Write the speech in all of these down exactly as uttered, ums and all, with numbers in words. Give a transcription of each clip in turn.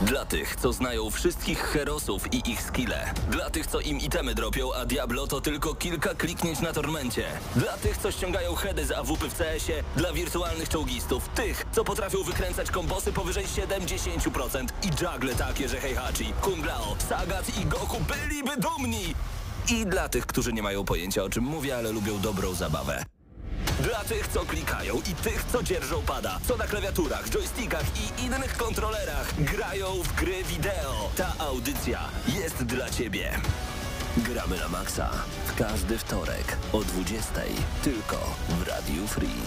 Dla tych, co znają wszystkich herosów i ich skille. Dla tych, co im itemy dropią, a Diablo to tylko kilka kliknięć na tormencie. Dla tych, co ściągają heady z A W P w C S-ie. Dla wirtualnych czołgistów. Tych, co potrafią wykręcać kombosy powyżej siedemdziesiąt procent. I juggle takie, że Heihachi, Kung Lao, Sagat i Goku byliby dumni. I dla tych, którzy nie mają pojęcia, o czym mówię, ale lubią dobrą zabawę. Dla tych, co klikają i tych, co dzierżą pada, co na klawiaturach, joystickach i innych kontrolerach grają w gry wideo. Ta audycja jest dla Ciebie. Gramy na maksa w każdy wtorek o dwudziestej tylko w Radiu Free.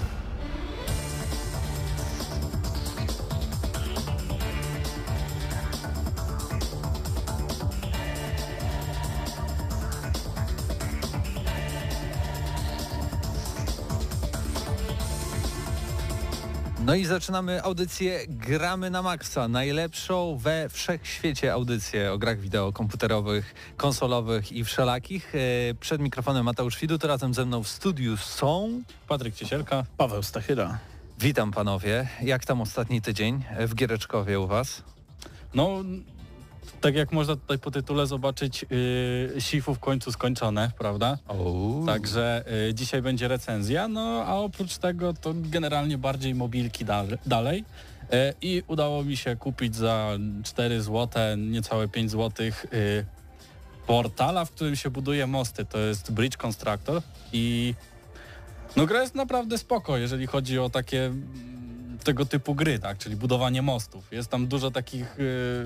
No i zaczynamy audycję Gramy na Maxa, najlepszą we wszechświecie audycję o grach wideo komputerowych, konsolowych i wszelakich. Przed mikrofonem Mateusz Widut, razem ze mną w studiu są Patryk Ciesielka, Paweł Stachyra. Witam panowie. Jak tam ostatni tydzień w Giereczkowie u was? No, tak jak można tutaj po tytule zobaczyć, yy, Sifu w końcu skończone, prawda? Oh. Także yy, dzisiaj będzie recenzja, no a oprócz tego to generalnie bardziej mobilki dal- dalej. Yy, I udało mi się kupić za cztery złote, niecałe pięć złotych yy, portala, w którym się buduje mosty. To jest Bridge Constructor i no gra jest naprawdę spoko, jeżeli chodzi o takie tego typu gry, tak, czyli budowanie mostów. Jest tam dużo takich yy,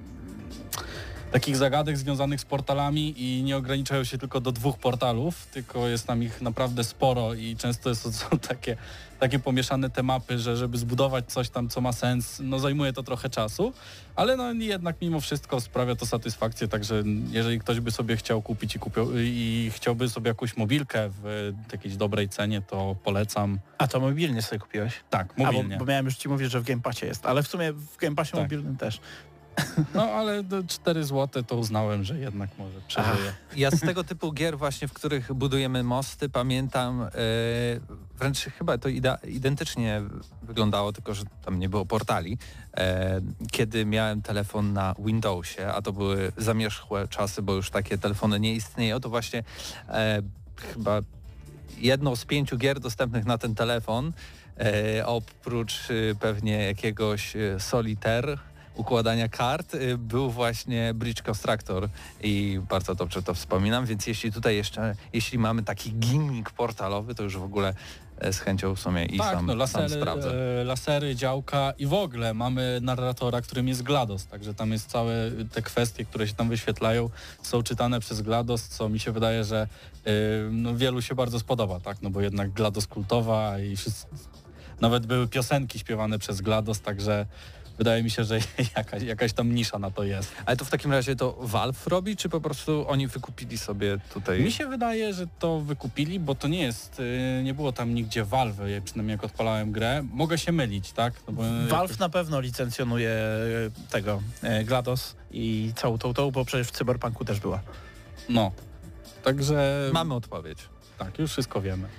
takich zagadek związanych z portalami i nie ograniczają się tylko do dwóch portalów, tylko jest tam ich naprawdę sporo i często są, są takie, takie pomieszane te mapy, że żeby zbudować coś tam, co ma sens, no zajmuje to trochę czasu, ale no jednak mimo wszystko sprawia to satysfakcję, także jeżeli ktoś by sobie chciał kupić i, kupił, i chciałby sobie jakąś mobilkę w jakiejś dobrej cenie, to polecam. A to mobilnie sobie kupiłeś? Tak, mobilnie. A, bo, bo miałem już ci mówić, że w Game Passie jest, ale w sumie w Game Passie tak. mobilnym też. No ale do cztery złote to uznałem, że jednak może przeżyję. Ja z tego typu gier właśnie, w których budujemy mosty, pamiętam, yy, wręcz chyba to ida- identycznie wyglądało, tylko że tam nie było portali, yy, kiedy miałem telefon na Windowsie, a to były zamierzchłe czasy, bo już takie telefony nie istnieją, to właśnie yy, chyba jedną z pięciu gier dostępnych na ten telefon, yy, oprócz yy, pewnie jakiegoś yy, Solitaire, układania kart, był właśnie Bridge Constructor i bardzo dobrze to wspominam, więc jeśli tutaj jeszcze, jeśli mamy taki gimmick portalowy, to już w ogóle z chęcią w sumie i tak, sam, no, lasery, sam sprawdzę. E, lasery, działka i w ogóle mamy narratora, którym jest GLaDOS, także tam jest całe te kwestie, które się tam wyświetlają, są czytane przez GLaDOS, co mi się wydaje, że e, no, wielu się bardzo spodoba, tak, no bo jednak GLaDOS kultowa i wszyscy, nawet były piosenki śpiewane przez GLaDOS, także wydaje mi się, że jakaś, jakaś tam nisza na to jest. Ale to w takim razie to Valve robi, czy po prostu oni wykupili sobie tutaj? Mi się wydaje, że to wykupili, bo to nie jest, nie było tam nigdzie Valve, przynajmniej jak odpalałem grę. Mogę się mylić, tak? No bo Valve jak... na pewno licencjonuje tego GLaDOS i całą tą, tą, bo przecież w Cyberpunku też była. No, także... Mamy odpowiedź. Tak, już wszystko wiemy.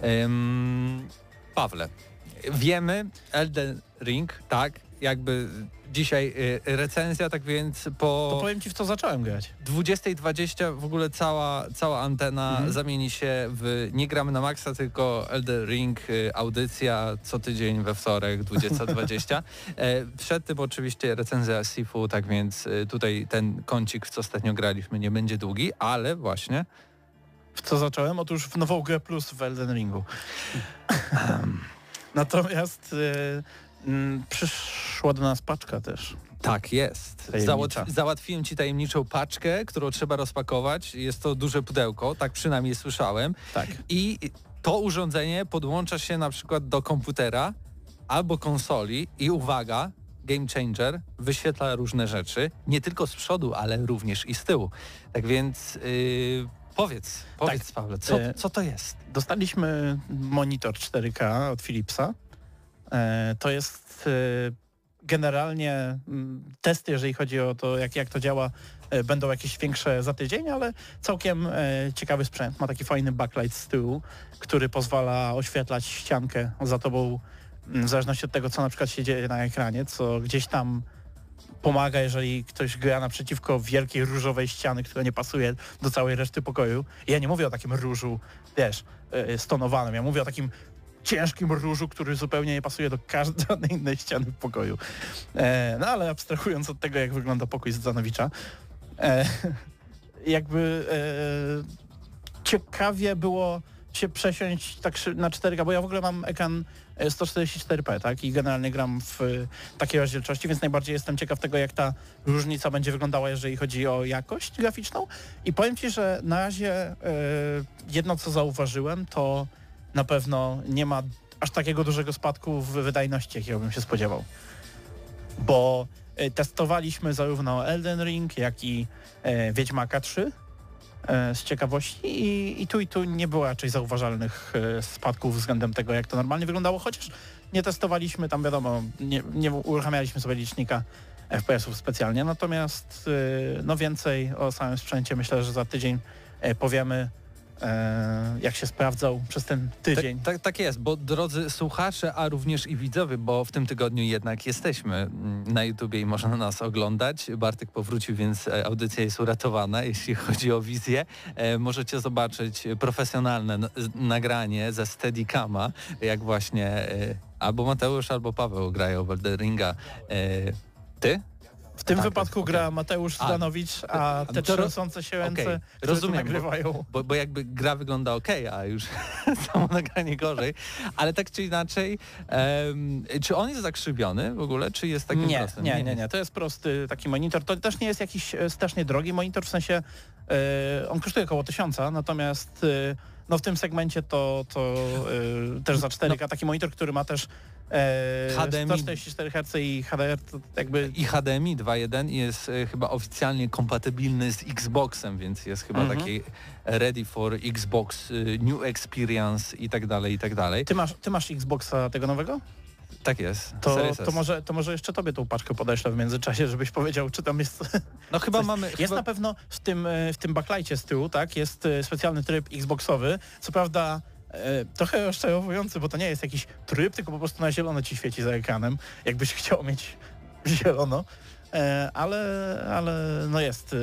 Um, Pawle, wiemy, Elden Ring, tak, jakby dzisiaj y, recenzja, tak więc po... To powiem ci, w co zacząłem grać. dwudziesta dwadzieścia w ogóle cała, cała antena mhm. zamieni się w nie gramy na maksa, tylko Elden Ring, y, audycja co tydzień we wtorek dwudziesta dwadzieścia. E, przed tym oczywiście recenzja Sifu, tak więc y, tutaj ten kącik, w co ostatnio graliśmy, nie będzie długi, ale właśnie... W co zacząłem? Otóż w nową grę plus w Elden Ringu. Natomiast... Y, Mm, przyszła do nas paczka też. Tak jest. Załat- załatwiłem ci tajemniczą paczkę, którą trzeba rozpakować. Jest to duże pudełko, tak przynajmniej słyszałem. Tak. I to urządzenie podłącza się na przykład do komputera albo konsoli i uwaga, Game Changer wyświetla różne rzeczy, nie tylko z przodu, ale również i z tyłu. Tak więc yy, powiedz, powiedz tak. Pawle, co, co to jest? Dostaliśmy monitor cztery K od Philipsa. To jest generalnie testy, jeżeli chodzi o to, jak, jak to działa, będą jakieś większe za tydzień, ale całkiem ciekawy sprzęt. Ma taki fajny backlight z tyłu, który pozwala oświetlać ściankę za tobą w zależności od tego, co na przykład się dzieje na ekranie, co gdzieś tam pomaga, jeżeli ktoś gra naprzeciwko wielkiej różowej ściany, która nie pasuje do całej reszty pokoju. I ja nie mówię o takim różu, wiesz, yy, stonowanym, ja mówię o takim ciężkim różu, który zupełnie nie pasuje do każdej innej ściany w pokoju. E, no ale abstrahując od tego, jak wygląda pokój Zdanowicza, e, jakby e, ciekawie było się przesiąść tak na cztery K, bo ja w ogóle mam ekran sto czterdzieści cztery p, tak, i generalnie gram w takiej rozdzielczości, więc najbardziej jestem ciekaw tego, jak ta różnica będzie wyglądała, jeżeli chodzi o jakość graficzną. I powiem Ci, że na razie e, jedno, co zauważyłem, to na pewno nie ma aż takiego dużego spadku w wydajności, jakiego bym się spodziewał. Bo e, testowaliśmy zarówno Elden Ring, jak i e, Wiedźmaka trzy e, z ciekawości i, i tu i tu nie było raczej zauważalnych e, spadków względem tego, jak to normalnie wyglądało, chociaż nie testowaliśmy tam, wiadomo, nie, nie uruchamialiśmy sobie licznika F P S-ów specjalnie, natomiast e, no więcej o samym sprzęcie myślę, że za tydzień e, powiemy, jak się sprawdzał przez ten tydzień. Tak, tak, tak jest, bo drodzy słuchacze, a również i widzowie, bo w tym tygodniu jednak jesteśmy na YouTubie i można nas oglądać. Bartek powrócił, więc audycja jest uratowana, jeśli chodzi o wizję. E, możecie zobaczyć profesjonalne n- nagranie ze Steadicama, jak właśnie e, albo Mateusz, albo Paweł grają w Elden Ringa. E, ty? W tym tak, wypadku okay. gra Mateusz Zdanowicz, a te to, trzęsące się ręce, okay, które rozumiem, nagrywają. Bo, bo jakby gra wygląda ok, a już samo nagranie gorzej. Ale tak czy inaczej, um, czy on jest zakrzywiony w ogóle, czy jest taki nie, prosty? Nie, nie, nie, nie. To jest prosty taki monitor. To też nie jest jakiś strasznie drogi monitor, w sensie e, on kosztuje około tysiąca, natomiast e, no w tym segmencie to, to e, też za cztery K no. taki monitor, który ma też E, H D M I sto czterdzieści cztery herce i H D R to jakby... I H D M I dwa jeden jest e, chyba oficjalnie kompatybilny z Xboxem, więc jest chyba mm-hmm. taki ready for Xbox, e, new experience i tak dalej, i tak dalej. Ty masz, ty masz Xboxa tego nowego? Tak jest. To, to, może, to może jeszcze tobie tą paczkę podeślę w międzyczasie, żebyś powiedział, czy tam jest... No chyba coś. mamy... Jest chyba... na pewno w tym, w tym backlightie z tyłu, tak, jest specjalny tryb Xboxowy. Co prawda e, trochę rozczarowujący, bo to nie jest jakiś tryb, tylko po prostu na zielono ci świeci za ekranem, jakbyś chciał mieć zielono. E, ale, ale no jest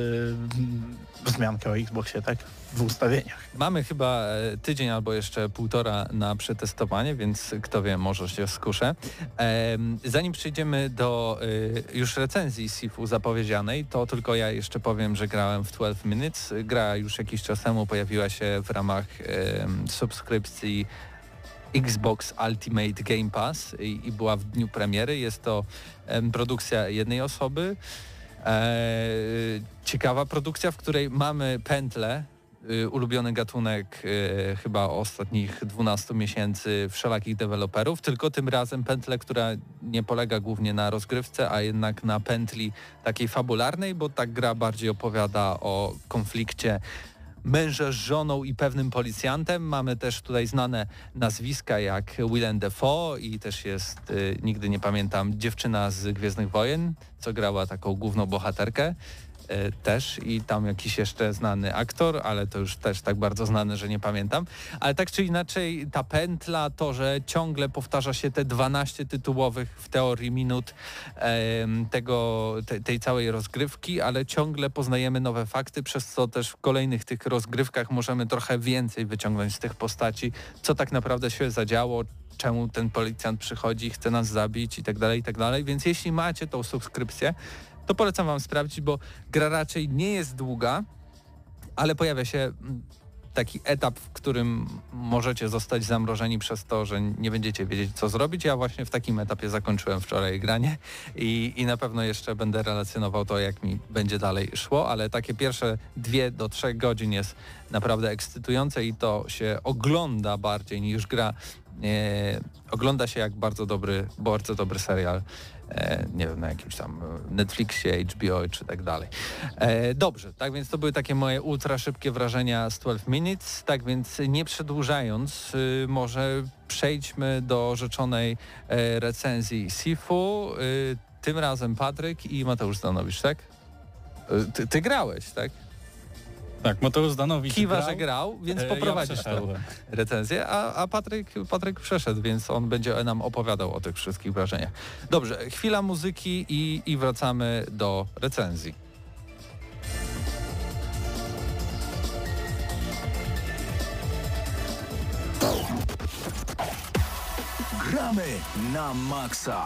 e, wzmianka o Xboxie, tak, w ustawieniach. Mamy chyba tydzień albo jeszcze półtora na przetestowanie, więc kto wie, może się skuszę. E, zanim przejdziemy do e, już recenzji Sifu zapowiedzianej, to tylko ja jeszcze powiem, że grałem w dwanaście minutes. Gra już jakiś czas temu pojawiła się w ramach e, subskrypcji Xbox Ultimate Game Pass i, i była w dniu premiery. Jest to em, produkcja jednej osoby. E, ciekawa produkcja, w której mamy pętlę, y, ulubiony gatunek y, chyba ostatnich dwunastu miesięcy wszelakich deweloperów, tylko tym razem pętlę, która nie polega głównie na rozgrywce, a jednak na pętli takiej fabularnej, bo ta gra bardziej opowiada o konflikcie męża z żoną i pewnym policjantem. Mamy też tutaj znane nazwiska jak Willem Dafoe i też jest, y, nigdy nie pamiętam, dziewczyna z Gwiezdnych Wojen, co grała taką główną bohaterkę. Y, też i tam jakiś jeszcze znany aktor, ale to już też tak bardzo znany, że nie pamiętam. Ale tak czy inaczej ta pętla, to, że ciągle powtarza się te dwanaście tytułowych w teorii minut em, tego, te, tej całej rozgrywki, ale ciągle poznajemy nowe fakty, przez co też w kolejnych tych rozgrywkach możemy trochę więcej wyciągnąć z tych postaci, co tak naprawdę się zadziało, czemu ten policjant przychodzi, chce nas zabić i tak dalej, i tak dalej. Więc jeśli macie tą subskrypcję, to polecam wam sprawdzić, bo gra raczej nie jest długa, ale pojawia się taki etap, w którym możecie zostać zamrożeni przez to, że nie będziecie wiedzieć, co zrobić. Ja właśnie w takim etapie zakończyłem wczoraj granie i, i na pewno jeszcze będę relacjonował to, jak mi będzie dalej szło, ale takie pierwsze dwie do trzech godzin jest naprawdę ekscytujące i to się ogląda bardziej niż gra. E, ogląda się jak bardzo dobry, bardzo dobry serial. E, nie wiem, na jakimś tam Netflixie, H B O czy tak dalej. E, dobrze, tak więc to były takie moje ultra szybkie wrażenia z dwanaście minutes, tak więc nie przedłużając, y, może przejdźmy do rzeczonej e, recenzji Sifu. Y, tym razem Patryk i Mateusz Zdanowicz, tak? Y, ty, ty grałeś, tak? Tak, Mateusz Zdanowicz Kiwa, grał, że grał, więc e, poprowadzisz ja tą przeszedłem. recenzję, a, a Patryk, Patryk przeszedł, więc on będzie nam opowiadał o tych wszystkich wrażeniach. Dobrze, chwila muzyki i, i wracamy do recenzji. Gramy na maksa.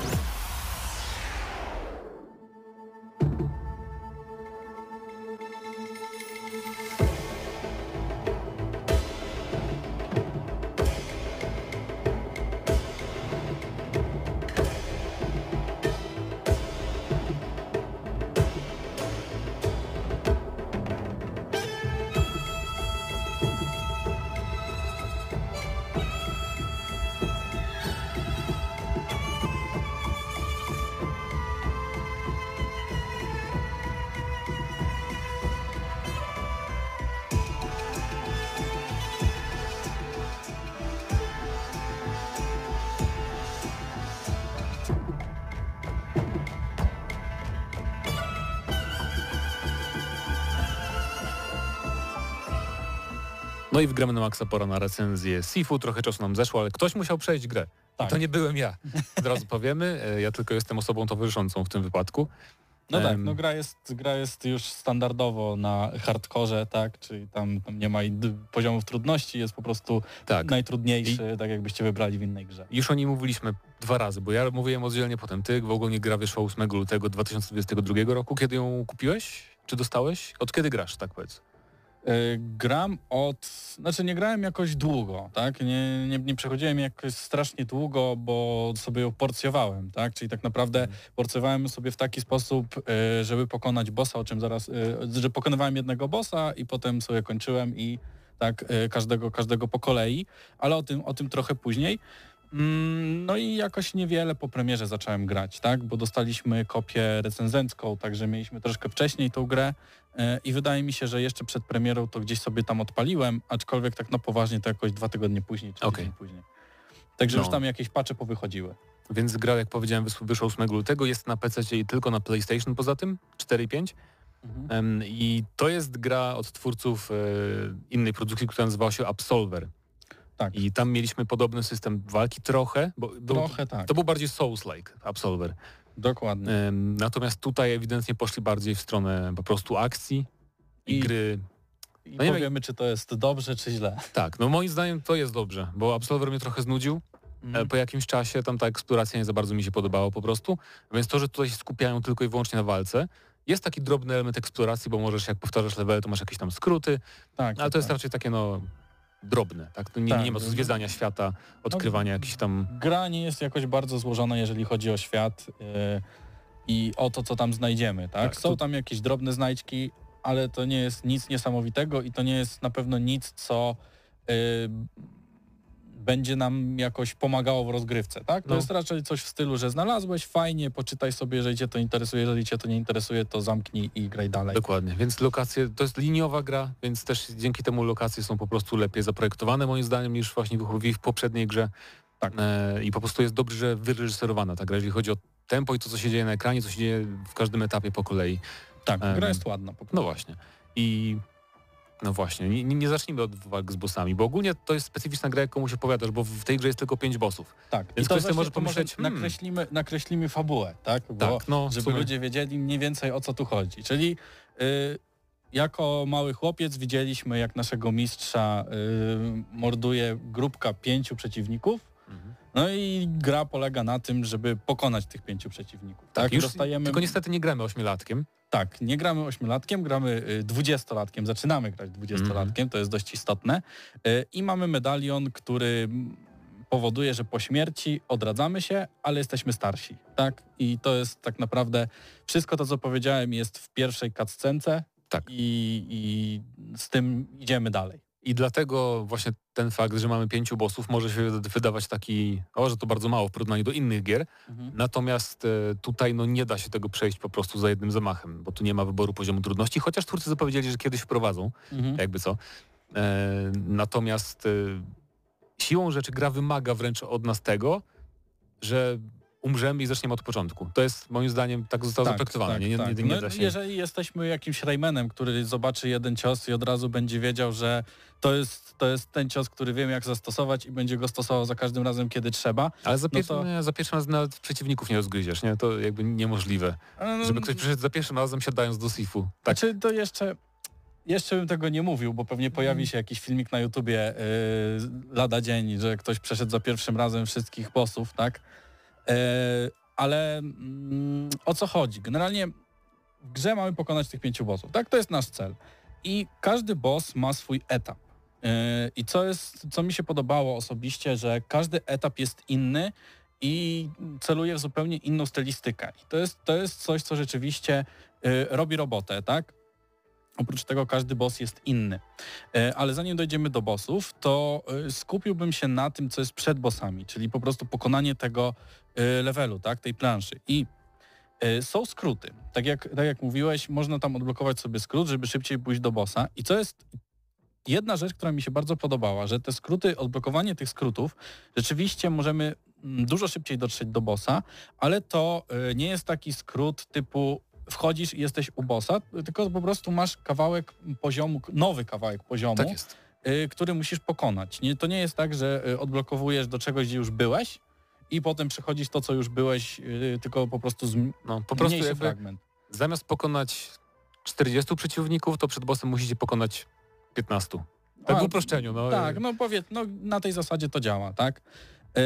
No i w Gramy na Maxa pora na recenzję Sifu. Trochę czasu nam zeszło, ale ktoś musiał przejść grę. Tak. I to nie byłem ja. Od razu powiemy. Ja tylko jestem osobą towarzyszącą w tym wypadku. No tak, Em, no gra jest, gra jest już standardowo na hardkorze, tak, czyli tam, tam nie ma d- poziomów trudności, jest po prostu Tak. najtrudniejszy, tak jakbyście wybrali w innej grze. Już o nim mówiliśmy dwa razy, bo ja mówiłem oddzielnie potem. Ty w ogóle gra wyszła ósmego lutego dwa tysiące dwudziestego drugiego roku. Kiedy ją kupiłeś? Czy dostałeś? Od kiedy grasz, tak powiedz? Y, gram od, znaczy nie grałem jakoś długo, tak, nie, nie, nie przechodziłem jakoś strasznie długo, bo sobie ją porcjowałem, tak, czyli tak naprawdę porcjowałem sobie w taki sposób, y, żeby pokonać bossa, o czym zaraz, y, że pokonywałem jednego bossa i potem sobie kończyłem i tak y, każdego, każdego po kolei, ale o tym, o tym trochę później. Mm, No i jakoś niewiele po premierze zacząłem grać, tak, bo dostaliśmy kopię recenzencką, także mieliśmy troszkę wcześniej tą grę e, i wydaje mi się, że jeszcze przed premierą to gdzieś sobie tam odpaliłem, aczkolwiek tak na poważnie to jakoś dwa tygodnie później, czy Okej. tydzień później. Także No. już tam jakieś patche powychodziły. Więc gra, jak powiedziałem, wys- wyszła ósmego lutego. Jest na P C i tylko na PlayStation poza tym. cztery i pięć. Em, I to jest gra od twórców e, innej produkcji, która nazywała się Absolver. Tak, I tam mieliśmy podobny system walki trochę, bo był, trochę tak, to był bardziej Souls-like Absolver. dokładnie. Em, natomiast tutaj ewidentnie poszli bardziej w stronę po prostu akcji i, I- gry. I no nie wiem, powiemy, czy to jest dobrze, czy źle. Tak, no moim zdaniem to jest dobrze, bo Absolver mnie trochę znudził. E, Po jakimś czasie tam ta eksploracja nie za bardzo mi się podobała po prostu, więc to, że tutaj się skupiają tylko i wyłącznie na walce, jest taki drobny element eksploracji, bo możesz, jak powtarzasz level, to masz jakieś tam skróty, Tak, ale to jest tak. raczej takie no drobne, tak? To nie, Tak, nie ma tu no- zwiedzania świata, odkrywania jakichś tam... Gra nie jest jakoś bardzo złożona, jeżeli chodzi o świat yy, i o to, co tam znajdziemy, tak? Tak, Są tu- tam jakieś drobne znajdźki, ale to nie jest nic niesamowitego i to nie jest na pewno nic, co yy, będzie nam jakoś pomagało w rozgrywce, tak? To No. jest raczej coś w stylu, że znalazłeś, fajnie, poczytaj sobie, jeżeli cię to interesuje, jeżeli cię to nie interesuje, to zamknij i graj dalej. Dokładnie, więc lokacje, to jest liniowa gra, więc też dzięki temu lokacje są po prostu lepiej zaprojektowane moim zdaniem niż właśnie w poprzedniej grze. Tak. E, I po prostu jest dobrze wyreżyserowana ta gra, jeżeli chodzi o tempo i to, co się dzieje na ekranie, co się dzieje w każdym etapie po kolei. Tak, gra Em, jest ładna po prostu. No właśnie. I no właśnie, nie, nie zacznijmy od walk z bossami, bo ogólnie to jest specyficzna gra, jak komuś opowiadasz, bo w tej grze jest tylko pięć bossów. Tak. Więc I to ktoś sobie właśnie może to może pomyśleć, hmm. nakreślimy, nakreślimy fabułę, tak? Bo Tak, no w żeby sumie. ludzie wiedzieli mniej więcej, o co tu chodzi. Czyli y, jako mały chłopiec widzieliśmy, jak naszego mistrza y, morduje grupka pięciu przeciwników. Mhm. No i gra polega na tym, żeby pokonać tych pięciu przeciwników. Tak, Już, dostajemy... Tylko niestety nie gramy ośmiolatkiem. Tak, nie gramy ośmiolatkiem, gramy y, dwudziestolatkiem, zaczynamy grać dwudziestolatkiem, to jest dość istotne. Y, I mamy medalion, który mm, powoduje, że po śmierci odradzamy się, ale jesteśmy starsi. Tak? I to jest tak naprawdę wszystko to, co powiedziałem, jest w pierwszej cutscence Tak. i, i z tym idziemy dalej. I dlatego właśnie ten fakt, że mamy pięciu bossów może się wydawać taki, o, że to bardzo mało w porównaniu do innych gier. Natomiast e, tutaj no nie da się tego przejść po prostu za jednym zamachem, bo tu nie ma wyboru poziomu trudności, chociaż twórcy zapowiedzieli, że kiedyś wprowadzą, Mhm. jakby co. E, natomiast e, siłą rzeczy gra wymaga wręcz od nas tego, że umrzemy i zaczniemy od początku. To jest moim zdaniem tak zostało Tak, zaprojektowane. tak, nie, nie, tak. nie, nie No, da się... jeżeli jesteśmy jakimś Raymanem, który zobaczy jeden cios i od razu będzie wiedział, że to jest, to jest ten cios, który wiem jak zastosować i będzie go stosował za każdym razem, kiedy trzeba. Ale za, no pier- to- nie, za pierwszym razem nawet przeciwników nie rozgryziesz, nie? To jakby niemożliwe. No, Żeby ktoś przyszedł za pierwszym razem siadając do Sifu. Tak, Znaczy to jeszcze, jeszcze bym tego nie mówił, bo pewnie pojawi się jakiś filmik na YouTubie yy, lada dzień, że ktoś przeszedł za pierwszym razem wszystkich bossów, tak? Yy, ale mm, o co chodzi? Generalnie w grze mamy pokonać tych pięciu bossów, tak? To jest nasz cel. I każdy boss ma swój etap. Yy, I co jest, co mi się podobało osobiście, że każdy etap jest inny i celuje w zupełnie inną stylistykę. I to jest, to jest coś, co rzeczywiście yy, robi robotę, tak? Oprócz tego każdy boss jest inny. Yy, ale zanim dojdziemy do bossów, to yy, skupiłbym się na tym, co jest przed bossami, czyli po prostu pokonanie tego yy, levelu, tak? Tej planszy. I yy, są skróty. Tak jak, tak jak mówiłeś, można tam odblokować sobie skrót, żeby szybciej pójść do bossa. I co jest jedna rzecz, która mi się bardzo podobała, że te skróty, odblokowanie tych skrótów, rzeczywiście możemy dużo szybciej dotrzeć do bossa, ale to y, nie jest taki skrót typu wchodzisz i jesteś u bossa, tylko po prostu masz kawałek poziomu, nowy kawałek poziomu, tak jest. y, który musisz pokonać. Nie, to nie jest tak, że y, odblokowujesz do czegoś, gdzie już byłeś i potem przechodzisz to, co już byłeś, y, tylko po prostu z No, po prostu mniejszy jakby fragment. zamiast pokonać czterdziestu przeciwników, to przed bossem musicie pokonać piętnastu. Tak A, w uproszczeniu. No, Tak, no powiedz, no na tej zasadzie to działa, tak? Yy,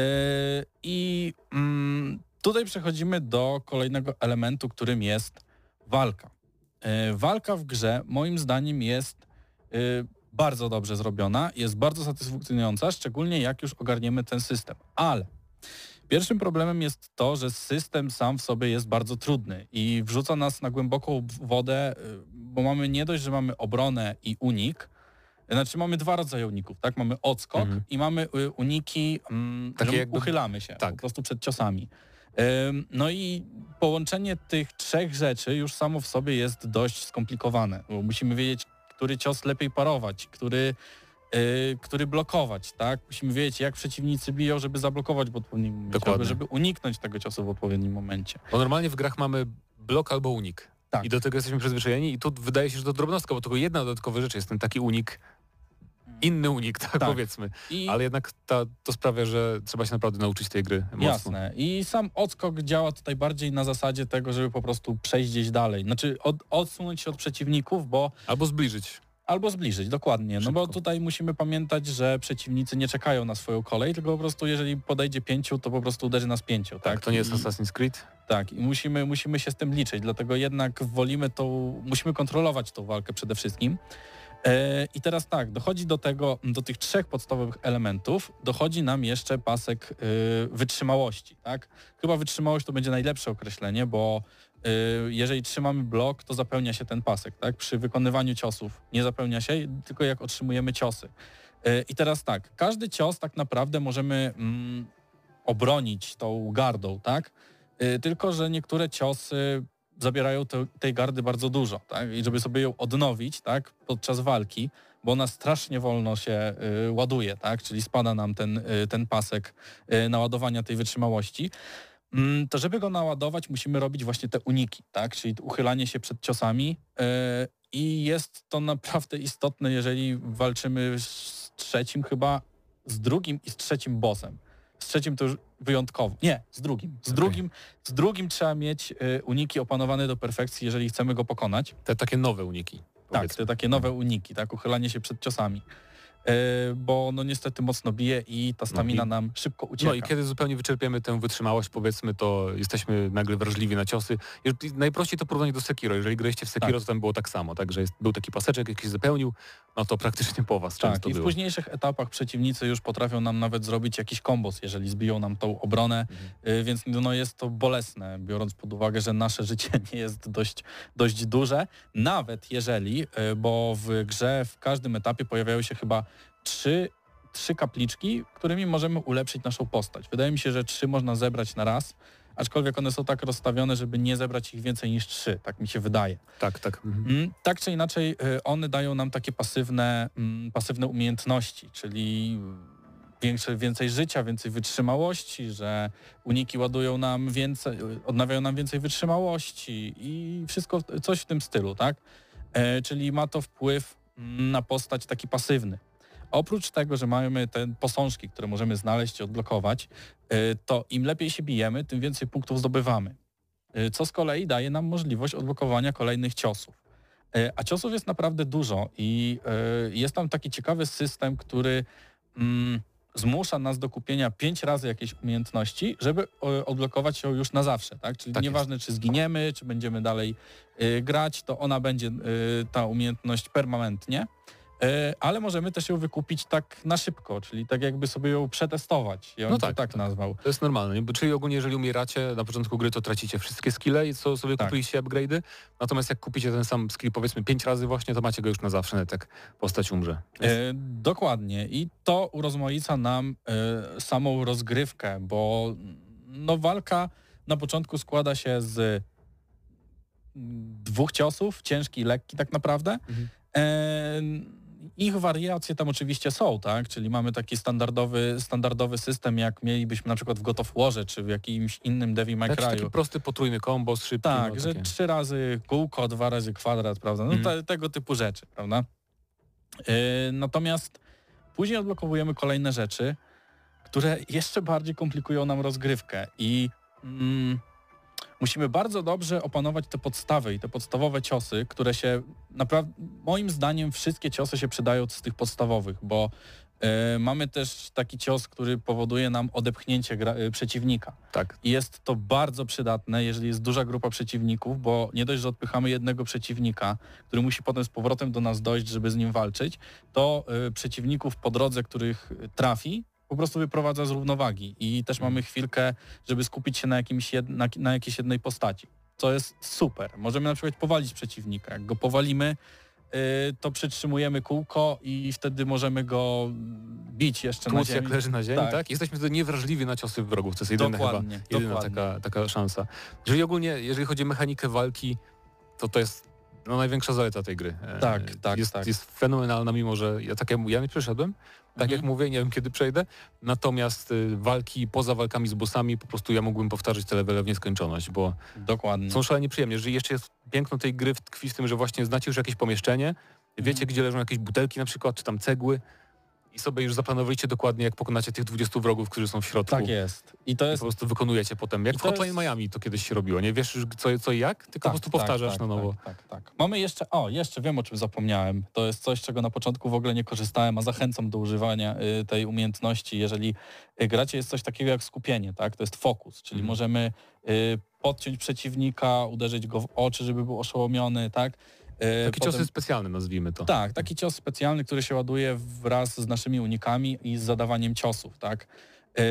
I mm, tutaj przechodzimy do kolejnego elementu, którym jest walka. Yy, walka w grze moim zdaniem jest yy, bardzo dobrze zrobiona, jest bardzo satysfakcjonująca, szczególnie jak już ogarniemy ten system. Ale pierwszym problemem jest to, że system sam w sobie jest bardzo trudny i wrzuca nas na głęboką wodę, yy, bo mamy nie dość, że mamy obronę i unik. Znaczy mamy dwa rodzaje uników, tak? Mamy odskok Mhm. i mamy y, uniki, mm, Takie że jakby- uchylamy się tak. po prostu przed ciosami. Ym, no i połączenie tych trzech rzeczy już samo w sobie jest dość skomplikowane, bo musimy wiedzieć, który cios lepiej parować, który, y, który blokować, tak? Musimy wiedzieć, jak przeciwnicy biją, żeby zablokować w odpowiednim momencie, Dokładnie. albo żeby uniknąć tego ciosu w odpowiednim momencie. Bo normalnie w grach mamy blok albo unik. Tak. I do tego jesteśmy przyzwyczajeni i tu wydaje się, że to drobnostka, bo tylko jedna dodatkowa rzecz jest ten taki unik, inny unik, tak, Tak. powiedzmy. I Ale jednak ta, to sprawia, że trzeba się naprawdę nauczyć tej gry mocno. Jasne. I sam odskok działa tutaj bardziej na zasadzie tego, żeby po prostu przejść gdzieś dalej. Znaczy od, odsunąć się od przeciwników, bo Albo zbliżyć. albo zbliżyć, dokładnie. No bo Szybko. tutaj musimy pamiętać, że przeciwnicy nie czekają na swoją kolej, tylko po prostu jeżeli podejdzie pięciu, to po prostu uderzy nas pięciu. Tak, Tak, to nie jest I, Assassin's Creed. Tak, i musimy, musimy się z tym liczyć, dlatego jednak wolimy tą, musimy kontrolować tą walkę przede wszystkim. E, I teraz tak, dochodzi do tego, do tych trzech podstawowych elementów, dochodzi nam jeszcze pasek y, wytrzymałości, tak? Chyba wytrzymałość to będzie najlepsze określenie, bo y, jeżeli trzymamy blok, to zapełnia się ten pasek, tak? Przy wykonywaniu ciosów nie zapełnia się, tylko jak otrzymujemy ciosy. Y, I teraz tak, każdy cios tak naprawdę możemy mm, obronić tą gardą, tak? Y, tylko, że niektóre ciosy zabierają te, tej gardy bardzo dużo, tak? I żeby sobie ją odnowić, tak, podczas walki, bo ona strasznie wolno się y, ładuje, tak? Czyli spada nam ten, y, ten pasek y, naładowania tej wytrzymałości. Mm, to żeby go naładować, musimy robić właśnie te uniki, tak? Czyli uchylanie się przed ciosami y, i jest to naprawdę istotne, jeżeli walczymy z trzecim chyba, z drugim i z trzecim bossem. Z trzecim to już wyjątkowo. Nie, z drugim. Z, Okej. drugim, z drugim trzeba mieć y, uniki opanowane do perfekcji, jeżeli chcemy go pokonać. Te takie nowe uniki. Tak, powiedzmy. te takie nowe uniki, tak, uchylanie się przed ciosami. Y, bo no niestety mocno bije i ta stamina i- nam szybko ucieka. No i kiedy zupełnie wyczerpiemy tę wytrzymałość, powiedzmy, to jesteśmy nagle wrażliwi na ciosy. I najprościej to porównanie do Sekiro. Jeżeli graliście w Sekiro, Tak. to tam było tak samo. Także jest, był taki paseczek, jakiś zapełnił, no to praktycznie po was Tak, często i w było. późniejszych etapach przeciwnicy już potrafią nam nawet zrobić jakiś kombos, jeżeli zbiją nam tą obronę, Mhm. y, więc no jest to bolesne, biorąc pod uwagę, że nasze życie nie jest dość, dość duże, nawet jeżeli, y, bo w grze w każdym etapie pojawiają się chyba trzy, trzy kapliczki, którymi możemy ulepszyć naszą postać. Wydaje mi się, że trzy można zebrać na raz, aczkolwiek one są tak rozstawione, żeby nie zebrać ich więcej niż trzy, tak mi się wydaje. Tak, tak. Mhm. Mm, tak czy inaczej, y, one dają nam takie pasywne, mm, pasywne umiejętności, czyli większe, więcej życia, więcej wytrzymałości, że uniki ładują nam więcej, odnawiają nam więcej wytrzymałości i wszystko coś w tym stylu, tak? E, czyli ma to wpływ na postać taki pasywny. Oprócz tego, że mamy te posążki, które możemy znaleźć i odblokować, e, to im lepiej się bijemy, tym więcej punktów zdobywamy. E, co z kolei daje nam możliwość odblokowania kolejnych ciosów. E, a ciosów jest naprawdę dużo i e, jest tam taki ciekawy system, który mm, zmusza nas do kupienia pięć razy jakiejś umiejętności, żeby e, odblokować ją już na zawsze, tak? Czyli Tak nieważne, jest. czy zginiemy, czy będziemy dalej e, grać, to ona będzie, e, ta umiejętność permanentnie, e, ale możemy też ją wykupić tak na szybko, czyli tak jakby sobie ją przetestować. Ja bym No to tak, tak tak. nazwał. To jest normalne, nie? Bo czyli ogólnie jeżeli umieracie na początku gry, to tracicie wszystkie skille i co sobie Tak. kupiliście upgrade'y, natomiast jak kupicie ten sam skill powiedzmy pięć razy właśnie, to macie go już na zawsze, nawet jak postać umrze. Jest... E, dokładnie i to urozmaica nam e, samą rozgrywkę, bo no, walka na początku składa się z dwóch ciosów, ciężki i lekki tak naprawdę. Mhm. E, ich wariacje tam oczywiście są, tak? Czyli mamy taki standardowy, standardowy system, jak mielibyśmy na przykład w God of Warze, czy w jakimś innym Devil May Jakiś Cry'u. taki prosty, potrójny kombo, szybki. Tak, no, że takie. trzy razy kółko, dwa razy kwadrat, prawda? No Mhm. te, tego typu rzeczy, prawda? Yy, natomiast później odblokowujemy kolejne rzeczy, które jeszcze bardziej komplikują nam rozgrywkę i mm, musimy bardzo dobrze opanować te podstawy i te podstawowe ciosy, które się naprawdę, moim zdaniem wszystkie ciosy się przydają z tych podstawowych, bo yy, mamy też taki cios, który powoduje nam odepchnięcie gra, yy, przeciwnika. Tak. I jest to bardzo przydatne, jeżeli jest duża grupa przeciwników, bo nie dość, że odpychamy jednego przeciwnika, który musi potem z powrotem do nas dojść, żeby z nim walczyć, to y, przeciwników po drodze, których trafi, po prostu wyprowadza z równowagi i też mamy chwilkę, żeby skupić się na, jakimś jed, na, na jakiejś jednej postaci, co jest super. Możemy na przykład powalić przeciwnika. Jak go powalimy, y, to przytrzymujemy kółko i wtedy możemy go bić jeszcze na Tłuc ziemi. jak leży na ziemi, tak. Tak. Jesteśmy wtedy niewrażliwi na ciosy wrogów, to jest jedyna Dokładnie, chyba jedyna dokładnie. taka, taka szansa. Jeżeli ogólnie, jeżeli chodzi o mechanikę walki, to to jest no, największa zaleta tej gry. E, Tak, tak, jest, tak. jest fenomenalna, mimo że ja tak jak ja nie przeszedłem, tak Mhm. jak mówię, nie wiem kiedy przejdę, natomiast y, walki poza walkami z bossami po prostu ja mógłbym powtarzać te levele w nieskończoność, bo Dokładnie. są szalenie przyjemnie, że jeszcze jest piękno tej gry tkwi w tym, że właśnie znacie już jakieś pomieszczenie, wiecie Mhm. gdzie leżą jakieś butelki na przykład, czy tam cegły i sobie już zaplanowaliście dokładnie jak pokonacie tych dwudziestu wrogów, którzy są w środku. Tak jest. I to I jest po prostu wykonujecie potem. Jak I w to Hotline jest- Miami to kiedyś się robiło, nie wiesz już co, co i jak, tylko po prostu powtarzasz tak, na nowo. Tak, tak, tak. Mamy jeszcze, o, jeszcze wiem o czym zapomniałem. To jest coś, czego na początku w ogóle nie korzystałem, a zachęcam do używania y, tej umiejętności. Jeżeli y, gracie, jest coś takiego jak skupienie, tak? To jest fokus, czyli Mhm. możemy y, podciąć przeciwnika, uderzyć go w oczy, żeby był oszołomiony, tak? Y, Takie potem- ciosy specjalne nazwijmy to. Tak, taki cios specjalny, który się ładuje wraz z naszymi unikami i z zadawaniem ciosów, tak? Yy,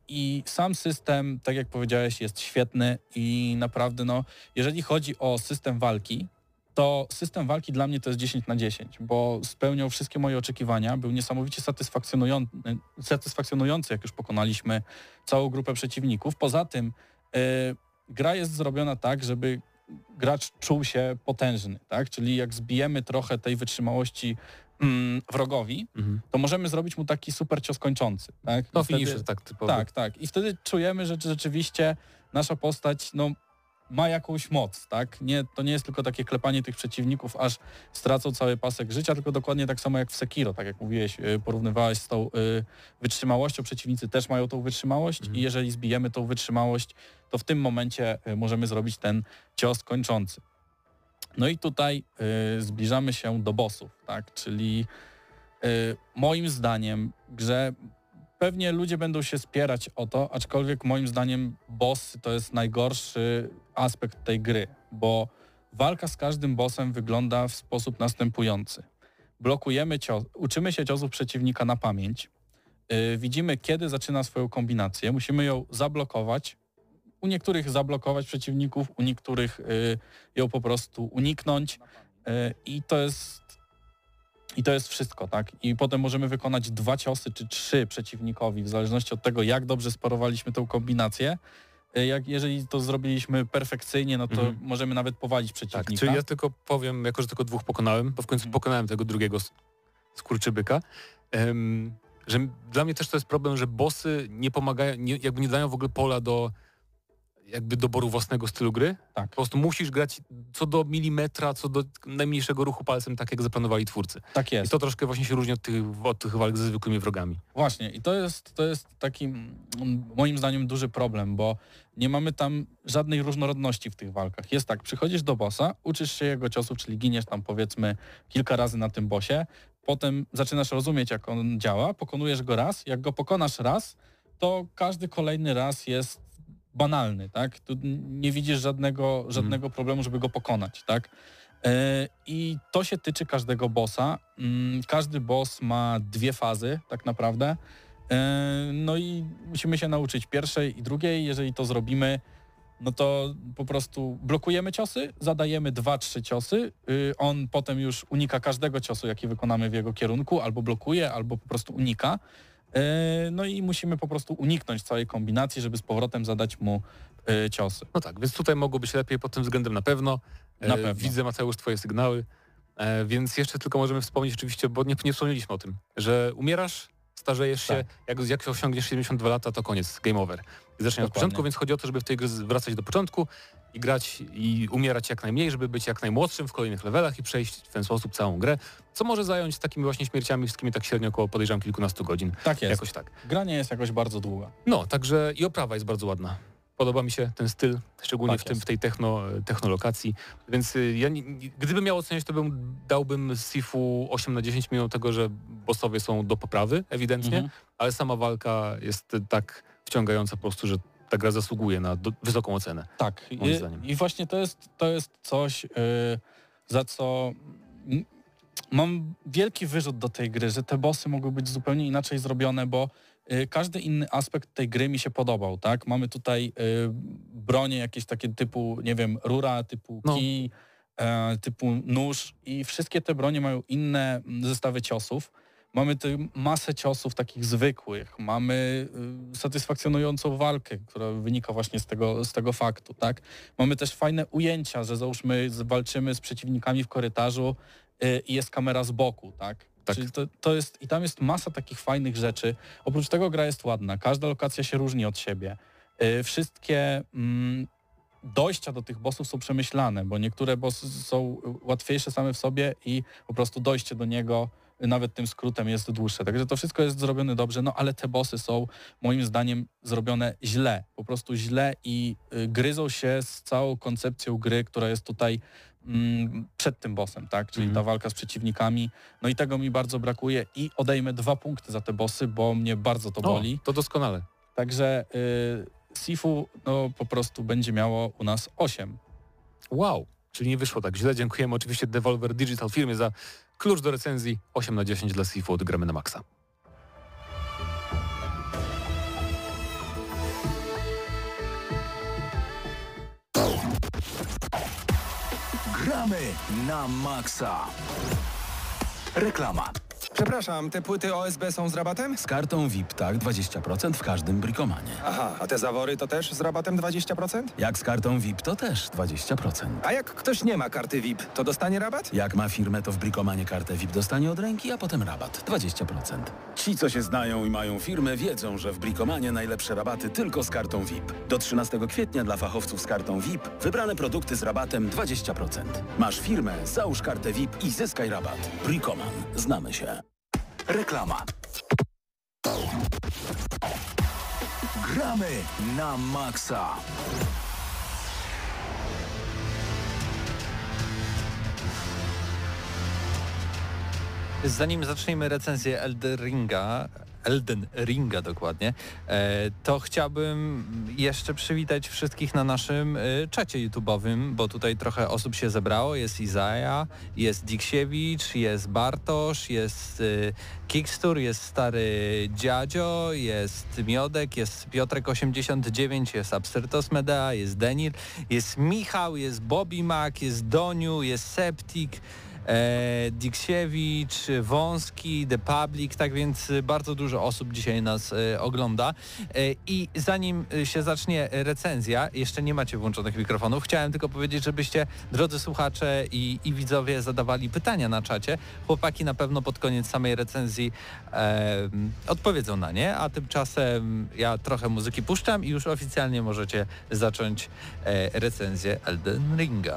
I sam system, tak jak powiedziałeś, jest świetny i naprawdę, no, jeżeli chodzi o system walki, to system walki dla mnie to jest dziesięć na dziesięć, bo spełniał wszystkie moje oczekiwania, był niesamowicie satysfakcjonujący, satysfakcjonujący jak już pokonaliśmy całą grupę przeciwników. Poza tym yy, gra jest zrobiona tak, żeby gracz czuł się potężny, tak? Czyli jak zbijemy trochę tej wytrzymałości mm, wrogowi, Mhm. to możemy zrobić mu taki super cios kończący, tak? No I wtedy- finisher tak typowy. Tak, tak. I wtedy czujemy, że rzeczywiście nasza postać, no, ma jakąś moc, tak? Nie, to nie jest tylko takie klepanie tych przeciwników, aż stracą cały pasek życia, tylko dokładnie tak samo jak w Sekiro, tak jak mówiłeś, y, porównywałeś z tą y, wytrzymałością, przeciwnicy też mają tą wytrzymałość Mhm. i jeżeli zbijemy tą wytrzymałość, to w tym momencie y, możemy zrobić ten cios kończący. No i tutaj y, zbliżamy się do bossów, tak? Czyli y, moim zdaniem w grze pewnie ludzie będą się spierać o to, aczkolwiek moim zdaniem bossy to jest najgorszy aspekt tej gry, bo walka z każdym bossem wygląda w sposób następujący. Blokujemy cios, uczymy się ciosów przeciwnika na pamięć, yy, widzimy kiedy zaczyna swoją kombinację, musimy ją zablokować, u niektórych zablokować przeciwników, u niektórych yy, ją po prostu uniknąć yy, i to jest I to jest wszystko, tak? I potem możemy wykonać dwa ciosy czy trzy przeciwnikowi, w zależności od tego, jak dobrze sparowaliśmy tą kombinację. Jak, jeżeli to zrobiliśmy perfekcyjnie, no to Mhm. możemy nawet powalić Tak, przeciwnika. czyli ja tylko powiem, jako że tylko dwóch pokonałem, bo w końcu Mhm. pokonałem tego drugiego s- skurczybyka. Um, że dla mnie też to jest problem, że bossy nie pomagają, nie, jakby nie dają w ogóle pola do jakby doboru własnego stylu gry. Tak. Po prostu musisz grać co do milimetra, co do najmniejszego ruchu palcem, tak jak zaplanowali twórcy. Tak jest. I to troszkę właśnie się różni od tych, od tych walk ze zwykłymi wrogami. Właśnie i to jest, to jest taki mm, moim zdaniem duży problem, bo nie mamy tam żadnej różnorodności w tych walkach. Jest tak, przychodzisz do bossa, uczysz się jego ciosów, czyli giniesz tam powiedzmy kilka razy na tym bossie, potem zaczynasz rozumieć, jak on działa, pokonujesz go raz, jak go pokonasz raz, to każdy kolejny raz jest banalny, tak? Tu nie widzisz żadnego, żadnego mm. problemu, żeby go pokonać, tak? Yy, I to się tyczy każdego bossa. Yy, każdy boss ma dwie fazy tak naprawdę. Yy, no i musimy się nauczyć pierwszej i drugiej. Jeżeli to zrobimy, no to po prostu blokujemy ciosy, zadajemy dwa, trzy ciosy. Yy, on potem już unika każdego ciosu, jaki wykonamy w jego kierunku, albo blokuje, albo po prostu unika. No i musimy po prostu uniknąć całej kombinacji, żeby z powrotem zadać mu y, ciosy. No tak, więc tutaj mogło być lepiej pod tym względem na pewno. Na pewno. E, widzę, Mateusz, twoje sygnały, e, więc jeszcze tylko możemy wspomnieć oczywiście, bo nie, nie wspomnieliśmy o tym, że umierasz, starzejesz się, tak. jak, jak osiągniesz siedemdziesiąt dwa lata, to koniec, game over. I zaczniesz od początku, więc chodzi o to, żeby w tej grze wracać do początku i grać i umierać jak najmniej, żeby być jak najmłodszym w kolejnych levelach i przejść w ten sposób całą grę, co może zająć z takimi właśnie śmierciami wszystkimi tak średnio około, podejrzewam, kilkunastu godzin. Tak jest. Jakoś tak. Gra nie jest jakoś bardzo długa. No, także i oprawa jest bardzo ładna. Podoba mi się ten styl, szczególnie tak w, tym, jest. w tej techno, technolokacji. Więc y, ja nie, nie, gdybym miał oceniać, to bym dałbym Sifu osiem na dziesięć, mimo tego, że bossowie są do poprawy, ewidentnie, Mhm. ale sama walka jest tak wciągająca po prostu, że ta gra zasługuje na do, wysoką ocenę. Tak. Moim I, zdaniem. I właśnie to jest, to jest coś, yy, za co m, mam wielki wyrzut do tej gry, że te bossy mogły być zupełnie inaczej zrobione, bo yy, każdy inny aspekt tej gry mi się podobał, tak? Mamy tutaj yy, bronie jakieś takie typu, nie wiem, rura, typu No. kij, yy, typu nóż i wszystkie te bronie mają inne zestawy ciosów. Mamy tę masę ciosów takich zwykłych, mamy y, satysfakcjonującą walkę, która wynika właśnie z tego, z tego faktu, tak? Mamy też fajne ujęcia, że załóżmy walczymy z przeciwnikami w korytarzu y, i jest kamera z boku, tak? Tak. Czyli to, to jest, i tam jest masa takich fajnych rzeczy. Oprócz tego gra jest ładna, każda lokacja się różni od siebie. Y, wszystkie mm, dojścia do tych bossów są przemyślane, bo niektóre bossy są łatwiejsze same w sobie i po prostu dojście do niego nawet tym skrótem jest dłuższe. Także to wszystko jest zrobione dobrze, no ale te bossy są moim zdaniem zrobione źle. Po prostu źle i y, gryzą się z całą koncepcją gry, która jest tutaj mm, przed tym bossem, tak? Czyli Mhm. ta walka z przeciwnikami. No i tego mi bardzo brakuje i odejmę dwa punkty za te bossy, bo mnie bardzo to boli. O, to doskonale. Także y, Sifu no po prostu będzie miało u nas osiem. Wow, czyli nie wyszło tak źle. Dziękujemy oczywiście Devolver Digital firmie za klucz do recenzji. osiem na dziesięć dla Sifu od Gramy na Maxa. Gramy na Maxa. Reklama. Przepraszam, te płyty O S B są z rabatem? Z kartą V I P tak, dwadzieścia procent w każdym Bricomanie. Aha, a te zawory to też z rabatem dwadzieścia procent? Jak z kartą V I P to też dwadzieścia procent. A jak ktoś nie ma karty V I P, to dostanie rabat? Jak ma firmę, to w Bricomanie kartę V I P dostanie od ręki, a potem rabat dwadzieścia procent. Ci, co się znają i mają firmę, wiedzą, że w Bricomanie najlepsze rabaty tylko z kartą V I P. Do trzynastego kwietnia dla fachowców z kartą V I P wybrane produkty z rabatem dwadzieścia procent. Masz firmę, załóż kartę V I P i zyskaj rabat. Bricoman. Znamy się. Reklama. Gramy na Maxa. Zanim zaczniemy recenzję Elden Ringa, Elden Ringa dokładnie, e, to chciałbym jeszcze przywitać wszystkich na naszym e, czacie YouTube'owym, bo tutaj trochę osób się zebrało. Jest Izaja, jest Diksiewicz, jest Bartosz, jest e, Kickstur, jest stary Dziadzio, jest Miodek, jest Piotrek osiemdziesiąt dziewięć, jest Absyrtos Medea, jest Denil, jest Michał, jest Bobby Mac, jest Doniu, jest Septik, e, Diksiewicz, Wąski, The Public, tak więc bardzo dużo osób dzisiaj nas e, ogląda. E, I zanim się zacznie recenzja, jeszcze nie macie włączonych mikrofonów, chciałem tylko powiedzieć, żebyście, drodzy słuchacze i, i widzowie, zadawali pytania na czacie. Chłopaki na pewno pod koniec samej recenzji e, odpowiedzą na nie, a tymczasem ja trochę muzyki puszczam i już oficjalnie możecie zacząć e, recenzję Elden Ringa.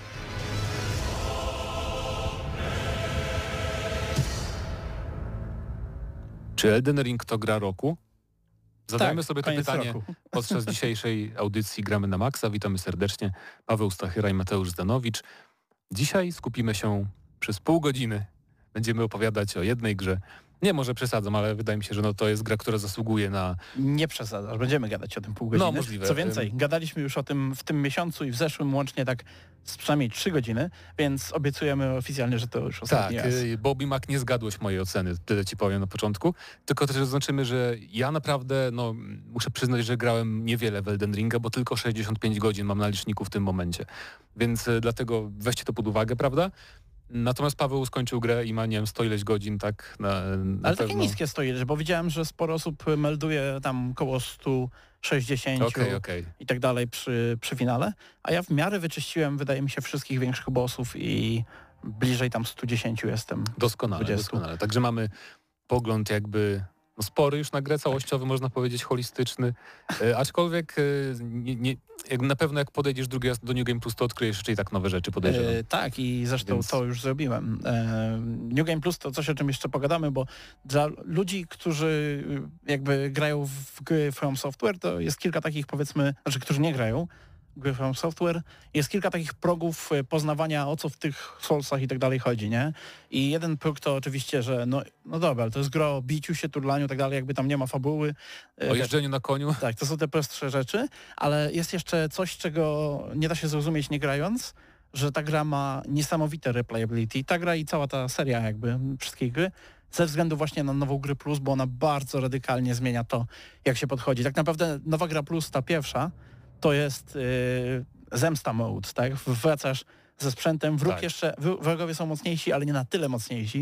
Czy Elden Ring to gra roku? Zadajmy Tak, sobie to koniec pytanie roku. podczas dzisiejszej audycji Gramy na Maxa. Witamy serdecznie. Paweł Stachyra i Mateusz Zdanowicz. Dzisiaj skupimy się przez pół godziny. Będziemy opowiadać o jednej grze. Nie, może przesadzam, ale wydaje mi się, że no to jest gra, która zasługuje na... Nie przesadzasz, będziemy gadać o tym pół godziny. No, możliwe. Co więcej, gadaliśmy już o tym w tym miesiącu i w zeszłym łącznie tak z przynajmniej trzy godziny, więc obiecujemy oficjalnie, że to już ostatni Tak, raz. y, Bobby Mac, nie zgadłeś mojej oceny, tyle ci powiem na początku. Tylko też zaznaczymy, że ja naprawdę, no muszę przyznać, że grałem niewiele w Elden Ringa, bo tylko sześćdziesiąt pięć godzin mam na liczniku w tym momencie. Więc y, dlatego weźcie to pod uwagę, prawda? Natomiast Paweł skończył grę i ma, nie wiem, sto ileś godzin, tak na, na Ale pewno. takie niskie stoi, bo widziałem, że sporo osób melduje tam koło sto sześćdziesiąt Okej, okej. i tak dalej przy, przy finale, a ja w miarę wyczyściłem, wydaje mi się, wszystkich większych bossów i bliżej tam stu dziesięciu jestem. Doskonale, dwudziestu. doskonale. Także mamy pogląd jakby no spory już na grę, całościowy, można powiedzieć, holistyczny. E, aczkolwiek e, nie, nie, jak na pewno jak podejdziesz drugi raz do New Game Plus, to odkryjesz jeszcze i tak nowe rzeczy, podejrzewam. E, tak, i zresztą Więc... to już zrobiłem. E, New Game Plus to coś, o czym jeszcze pogadamy, bo dla ludzi, którzy jakby grają w gry From Software, to jest kilka takich, powiedzmy, znaczy, którzy nie grają gry From Software, jest kilka takich progów poznawania, o co w tych Soulsach i tak dalej chodzi, nie? I jeden próg to oczywiście, że no, no dobra, ale to jest gra o biciu się, turlaniu i tak dalej, jakby tam nie ma fabuły. O jeżdżeniu na koniu. Tak, to są te prostsze rzeczy, ale jest jeszcze coś, czego nie da się zrozumieć nie grając, że ta gra ma niesamowite replayability. Ta gra i cała ta seria jakby, wszystkie gry, ze względu właśnie na nową grę Plus, bo ona bardzo radykalnie zmienia to, jak się podchodzi. Tak naprawdę nowa gra Plus, ta pierwsza, to jest yy, zemsta mode, tak? Wracasz ze sprzętem, wróg Tak. jeszcze, wrogowie są mocniejsi, ale nie na tyle mocniejsi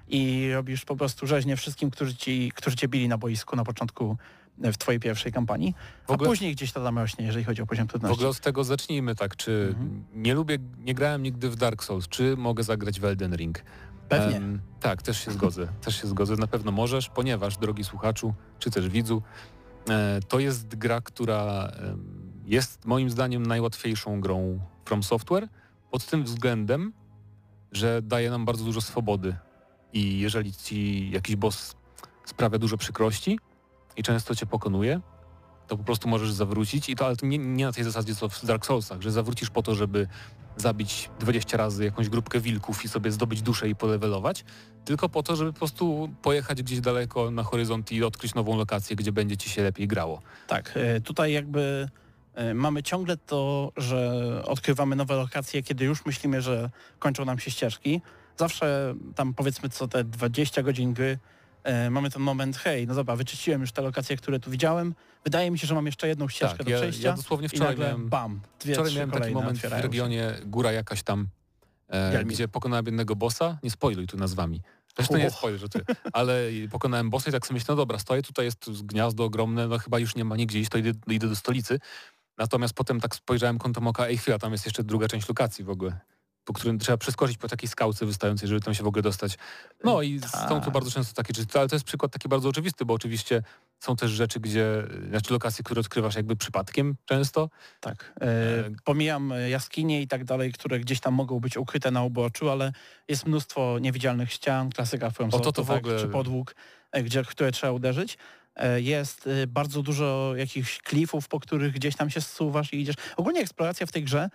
i robisz po prostu rzeźnię wszystkim, którzy, ci, którzy cię bili na boisku na początku w twojej pierwszej kampanii, W ogóle- a później gdzieś to tam rośnie, jeżeli chodzi o poziom W trudności. ogóle od tego zacznijmy, tak, czy Mhm. nie lubię, nie grałem nigdy w Dark Souls, czy mogę zagrać w Elden Ring? Pewnie. Em, tak, też się zgodzę, też się zgodzę, na pewno możesz, ponieważ, drogi słuchaczu, czy też widzu, e, to jest gra, która em, jest moim zdaniem najłatwiejszą grą From Software, pod tym względem, że daje nam bardzo dużo swobody i jeżeli ci jakiś boss sprawia dużo przykrości i często cię pokonuje, to po prostu możesz zawrócić i to, ale to nie, nie na tej zasadzie co w Dark Soulsach, że zawrócisz po to, żeby zabić dwadzieścia razy jakąś grupkę wilków i sobie zdobyć duszę i polewelować, tylko po to, żeby po prostu pojechać gdzieś daleko na horyzont i odkryć nową lokację, gdzie będzie ci się lepiej grało. Tak, e, tutaj jakby e, mamy ciągle to, że odkrywamy nowe lokacje, kiedy już myślimy, że kończą nam się ścieżki. Zawsze tam powiedzmy co te dwadzieścia godzin gry e, mamy ten moment, hej, no dobra, wyczyściłem już te lokacje, które tu widziałem. Wydaje mi się, że mam jeszcze jedną ścieżkę Tak, do ja, przejścia. ja dosłownie I wczoraj nagle miałem, bam, dwie, wczoraj trzy miałem taki kolejne moment w otwierają się. regionie góra jakaś tam, e, Jalmi. gdzie pokonałem jednego bossa, nie spoiluj tu nazwami. Zresztą nie Uch. spoiler, że ty, ale pokonałem bossa i tak sobie myślę, no dobra, stoję, tutaj jest gniazdo ogromne, no chyba już nie ma nigdzie iść, to idę, idę do stolicy. Natomiast potem tak spojrzałem kątem oka, ej chwila, tam jest jeszcze druga część lokacji w ogóle, po którym trzeba przeskoczyć po takiej skałce wystającej, żeby tam się w ogóle dostać. No i Tak. są tu bardzo często takie rzeczy, ale to jest przykład taki bardzo oczywisty, bo oczywiście są też rzeczy, gdzie, znaczy lokacje, które odkrywasz jakby przypadkiem często. Tak. E, E, pomijam e, jaskinie i tak dalej, które gdzieś tam mogą być ukryte na uboczu, ale jest mnóstwo niewidzialnych ścian, klasyka From to to Software, w tak, ogóle- czy podłóg, e, gdzie, w które trzeba uderzyć. E, jest e, bardzo dużo jakichś klifów, po których gdzieś tam się zsuwasz i idziesz. Ogólnie eksploracja w tej grze,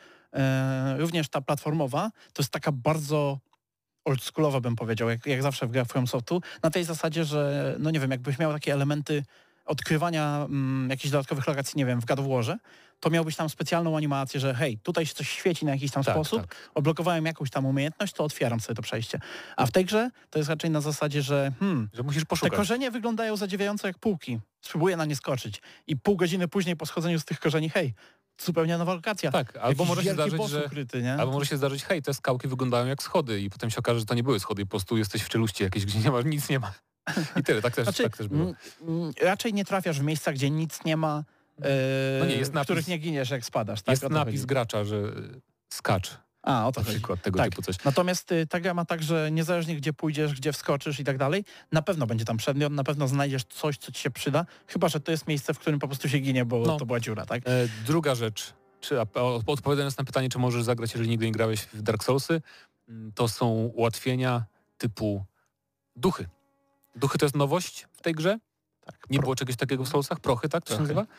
e, również ta platformowa, to jest taka bardzo oldschoolowa, bym powiedział, jak, jak zawsze w grach From Softu, na tej zasadzie, że no nie wiem, jakbyś miał takie elementy odkrywania mm, jakichś dodatkowych lokacji, nie wiem, w God of Warze, to miałbyś tam specjalną animację, że hej, tutaj się coś świeci na jakiś tam Tak, sposób, tak. odblokowałem jakąś tam umiejętność, to otwieram sobie to przejście. A w tej grze to jest raczej na zasadzie, że hmm, Że musisz te poszukać. korzenie wyglądają zadziwiająco jak półki. Spróbuję na nie skoczyć. I pół godziny później po schodzeniu z tych korzeni, hej, zupełnie nowa lokacja. Tak, albo Jakiś może się wielki zdarzyć, boss że... ukryty, nie? Albo może się zdarzyć, hej, te skałki wyglądają jak schody i potem się okaże, że to nie były schody i po prostu jesteś w czeluści jakieś, gdzie nie ma, nic nie ma. I tyle, tak też, Znaczy, tak też było. m, m, raczej nie trafiasz w miejsca, gdzie nic nie ma, e, No nie, jest w napis- których nie giniesz, jak spadasz. Tak? Jest O to napis chodzi. gracza, że y, skacz, A, o to na chodzi. przykład, tego Tak. typu coś. Natomiast y, ta gra ma tak, że niezależnie gdzie pójdziesz, gdzie wskoczysz i tak dalej, na pewno będzie tam przedmiot, na pewno znajdziesz coś, co ci się przyda, chyba że to jest miejsce, w którym po prostu się ginie, bo No. to była dziura, tak? E, druga rzecz, czy, a, o- odpowiadając na pytanie, czy możesz zagrać, jeżeli nigdy nie grałeś w Dark Soulsy, m, to są ułatwienia typu duchy. Duchy to jest nowość w tej grze? Tak. Nie Pro- było czegoś takiego w Soulsach? Prochy, tak to się Prochy. nazywa?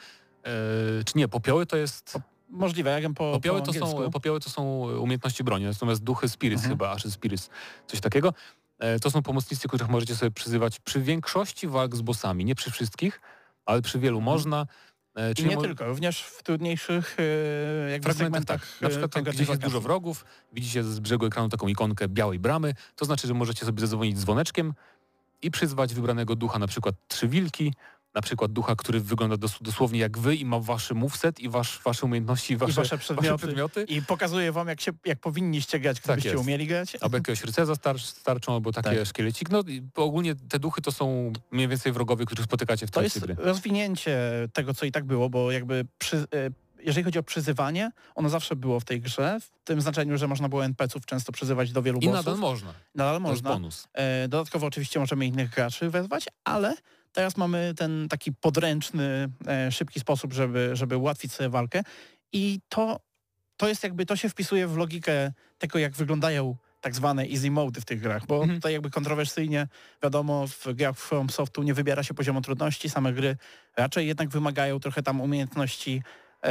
E, czy nie, popioły to jest... Możliwe, jak po, Popioły po to, angielsku. są, popioły to są umiejętności broni, natomiast duchy spirits Mhm. chyba, aż spirits, coś takiego. E, to są pomocnicy, których możecie sobie przyzywać przy większości walk z bossami, nie przy wszystkich, ale przy wielu Mhm. można. E, I czyli nie mo- tylko, również w trudniejszych e, jakby fragmentach, tak. segmentach. Na e, przykład tam, konkretnych gdzieś jest lokacji. dużo wrogów, widzicie z brzegu ekranu taką ikonkę białej bramy, to znaczy, że możecie sobie zadzwonić dzwoneczkiem i przyzwać wybranego ducha, na przykład trzy wilki, na przykład ducha, który wygląda dos- dosłownie jak wy i ma wasz moveset i wasz, wasze umiejętności i wasze, I wasze przedmioty. wasze przedmioty. I pokazuje wam, jak, się, jak powinniście grać, gdybyście jest. umieli grać. Albo jakiegoś rycerza star- starczą, albo takie Tak. szkielecik. No i ogólnie te duchy to są mniej więcej wrogowie, których spotykacie w To trakcie jest gry. rozwinięcie tego, co i tak było, bo jakby przy, e, jeżeli chodzi o przyzywanie, ono zawsze było w tej grze, w tym znaczeniu, że można było en pe ce ów często przyzywać do wielu I bossów. nadal można. Nadal To jest można. bonus. E, Dodatkowo oczywiście możemy innych graczy wezwać, ale teraz mamy ten taki podręczny, e, szybki sposób, żeby, żeby ułatwić sobie walkę i to, to jest jakby, to się wpisuje w logikę tego, jak wyglądają tak zwane easy mody w tych grach, bo Mhm. tutaj jakby kontrowersyjnie, wiadomo, w grach From Softu nie wybiera się poziomu trudności, same gry raczej jednak wymagają trochę tam umiejętności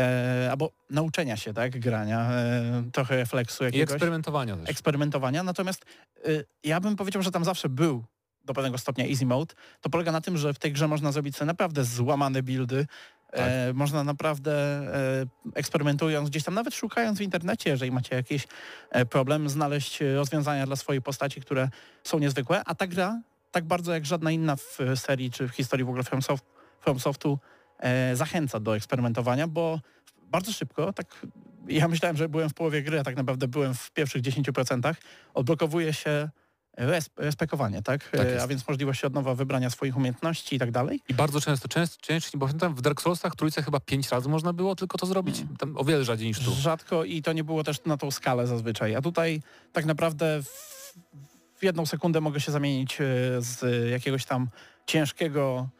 e, albo nauczenia się, tak, grania, e, trochę refleksu I jakiegoś eksperymentowania też. eksperymentowania. Natomiast y, ja bym powiedział, że tam zawsze był do pewnego stopnia easy mode. To polega na tym, że w tej grze można zrobić sobie naprawdę złamane buildy. E, można naprawdę e, eksperymentując gdzieś tam, nawet szukając w internecie, jeżeli macie jakiś e, problem, znaleźć e, rozwiązania dla swojej postaci, które są niezwykłe. A ta gra, tak bardzo jak żadna inna w e, serii czy w historii w ogóle FromSoft, FromSoftu, e, zachęca do eksperymentowania, bo bardzo szybko, tak ja myślałem, że byłem w połowie gry, a tak naprawdę byłem w pierwszych dziesięciu procentach, odblokowuje się res, respekowanie, tak? Tak E, jest. a więc możliwość od nowa wybrania swoich umiejętności i tak dalej. I bardzo często, często, częściej, bo pamiętam w Dark Soulsach trójce chyba pięć razy można było tylko to zrobić. Mm. Tam o wiele rzadziej niż tu. Rzadko i to nie było też na tą skalę zazwyczaj. A tutaj tak naprawdę w, w jedną sekundę mogę się zamienić e, z jakiegoś tam ciężkiego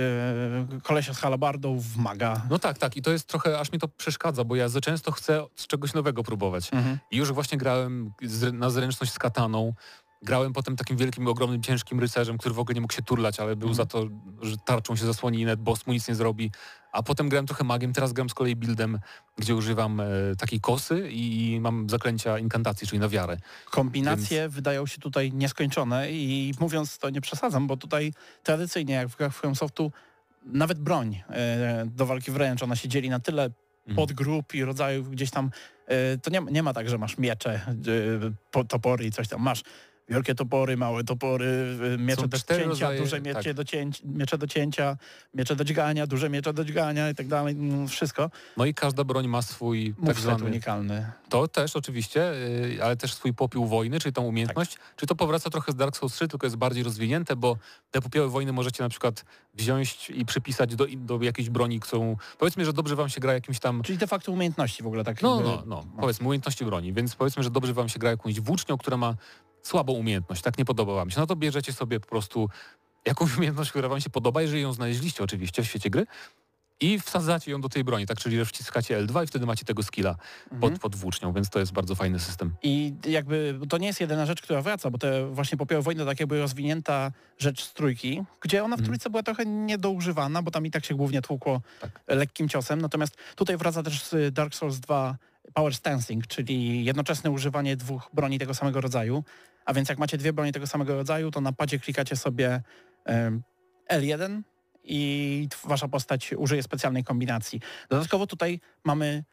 e, kolesia z halabardą w maga. No tak, tak. I to jest trochę, aż mi to przeszkadza, bo ja za często chcę z czegoś nowego próbować. Mhm. I już właśnie grałem z, na zręczność z kataną. Grałem potem takim wielkim, ogromnym, ciężkim rycerzem, który w ogóle nie mógł się turlać, ale był Mhm. za to, że tarczą się zasłoni i net boss mu nic nie zrobi. A potem grałem trochę magiem, teraz gram z kolei buildem, gdzie używam e, takiej kosy i mam zaklęcia inkantacji, czyli na wiarę. Kombinacje wydają się tutaj nieskończone i mówiąc to nie przesadzam, bo tutaj tradycyjnie jak w grach FromSoftu nawet broń e, do walki wręcz, ona się dzieli na tyle Mhm. podgrup i rodzajów gdzieś tam, e, to nie, nie ma tak, że masz miecze, e, po, topory i coś tam, masz wielkie topory, małe topory, e, miecze Są do cztery cięcia, rodzaje, duże miecze, tak. do cięcia, miecze do cięcia, miecze do dźgania, duże miecze do dźgania i tak dalej, mm, wszystko. No i każda broń ma swój tak Moveset zwany... unikalny. To też oczywiście, yy, ale też swój popiół wojny, czyli tą umiejętność. Czy to powraca trochę z Dark Souls trzy, tylko jest bardziej rozwinięte, bo te popioły wojny możecie na przykład wziąć i przypisać do, do jakiejś broni, którą... Powiedzmy, że dobrze wam się gra jakimś tam... Czyli de facto umiejętności w ogóle tak. No, jakby- no, no, powiedzmy umiejętności broni, więc powiedzmy, że dobrze wam się gra jakąś włócznią, która ma słabą umiejętność, tak nie podoba wam się. No to bierzecie sobie po prostu jakąś umiejętność, która wam się podoba, jeżeli ją znaleźliście oczywiście w świecie gry i wsadzacie ją do tej broni, tak, czyli że wciskacie L dwa i wtedy macie tego skilla Mhm. pod, pod włócznią, więc to jest bardzo fajny system. I jakby to nie jest jedyna rzecz, która wraca, bo te właśnie popioły wojny to tak jakby rozwinięta rzecz z trójki, gdzie ona w Mhm. trójce była trochę niedoużywana, bo tam i tak się głównie tłukło Tak. lekkim ciosem. Natomiast tutaj wraca też z Dark Souls dwa Power Stancing, czyli jednoczesne używanie dwóch broni tego samego rodzaju. A więc jak macie dwie broni tego samego rodzaju, to na padzie klikacie sobie em, L jeden i t- wasza postać użyje specjalnej kombinacji. Dodatkowo tutaj mamy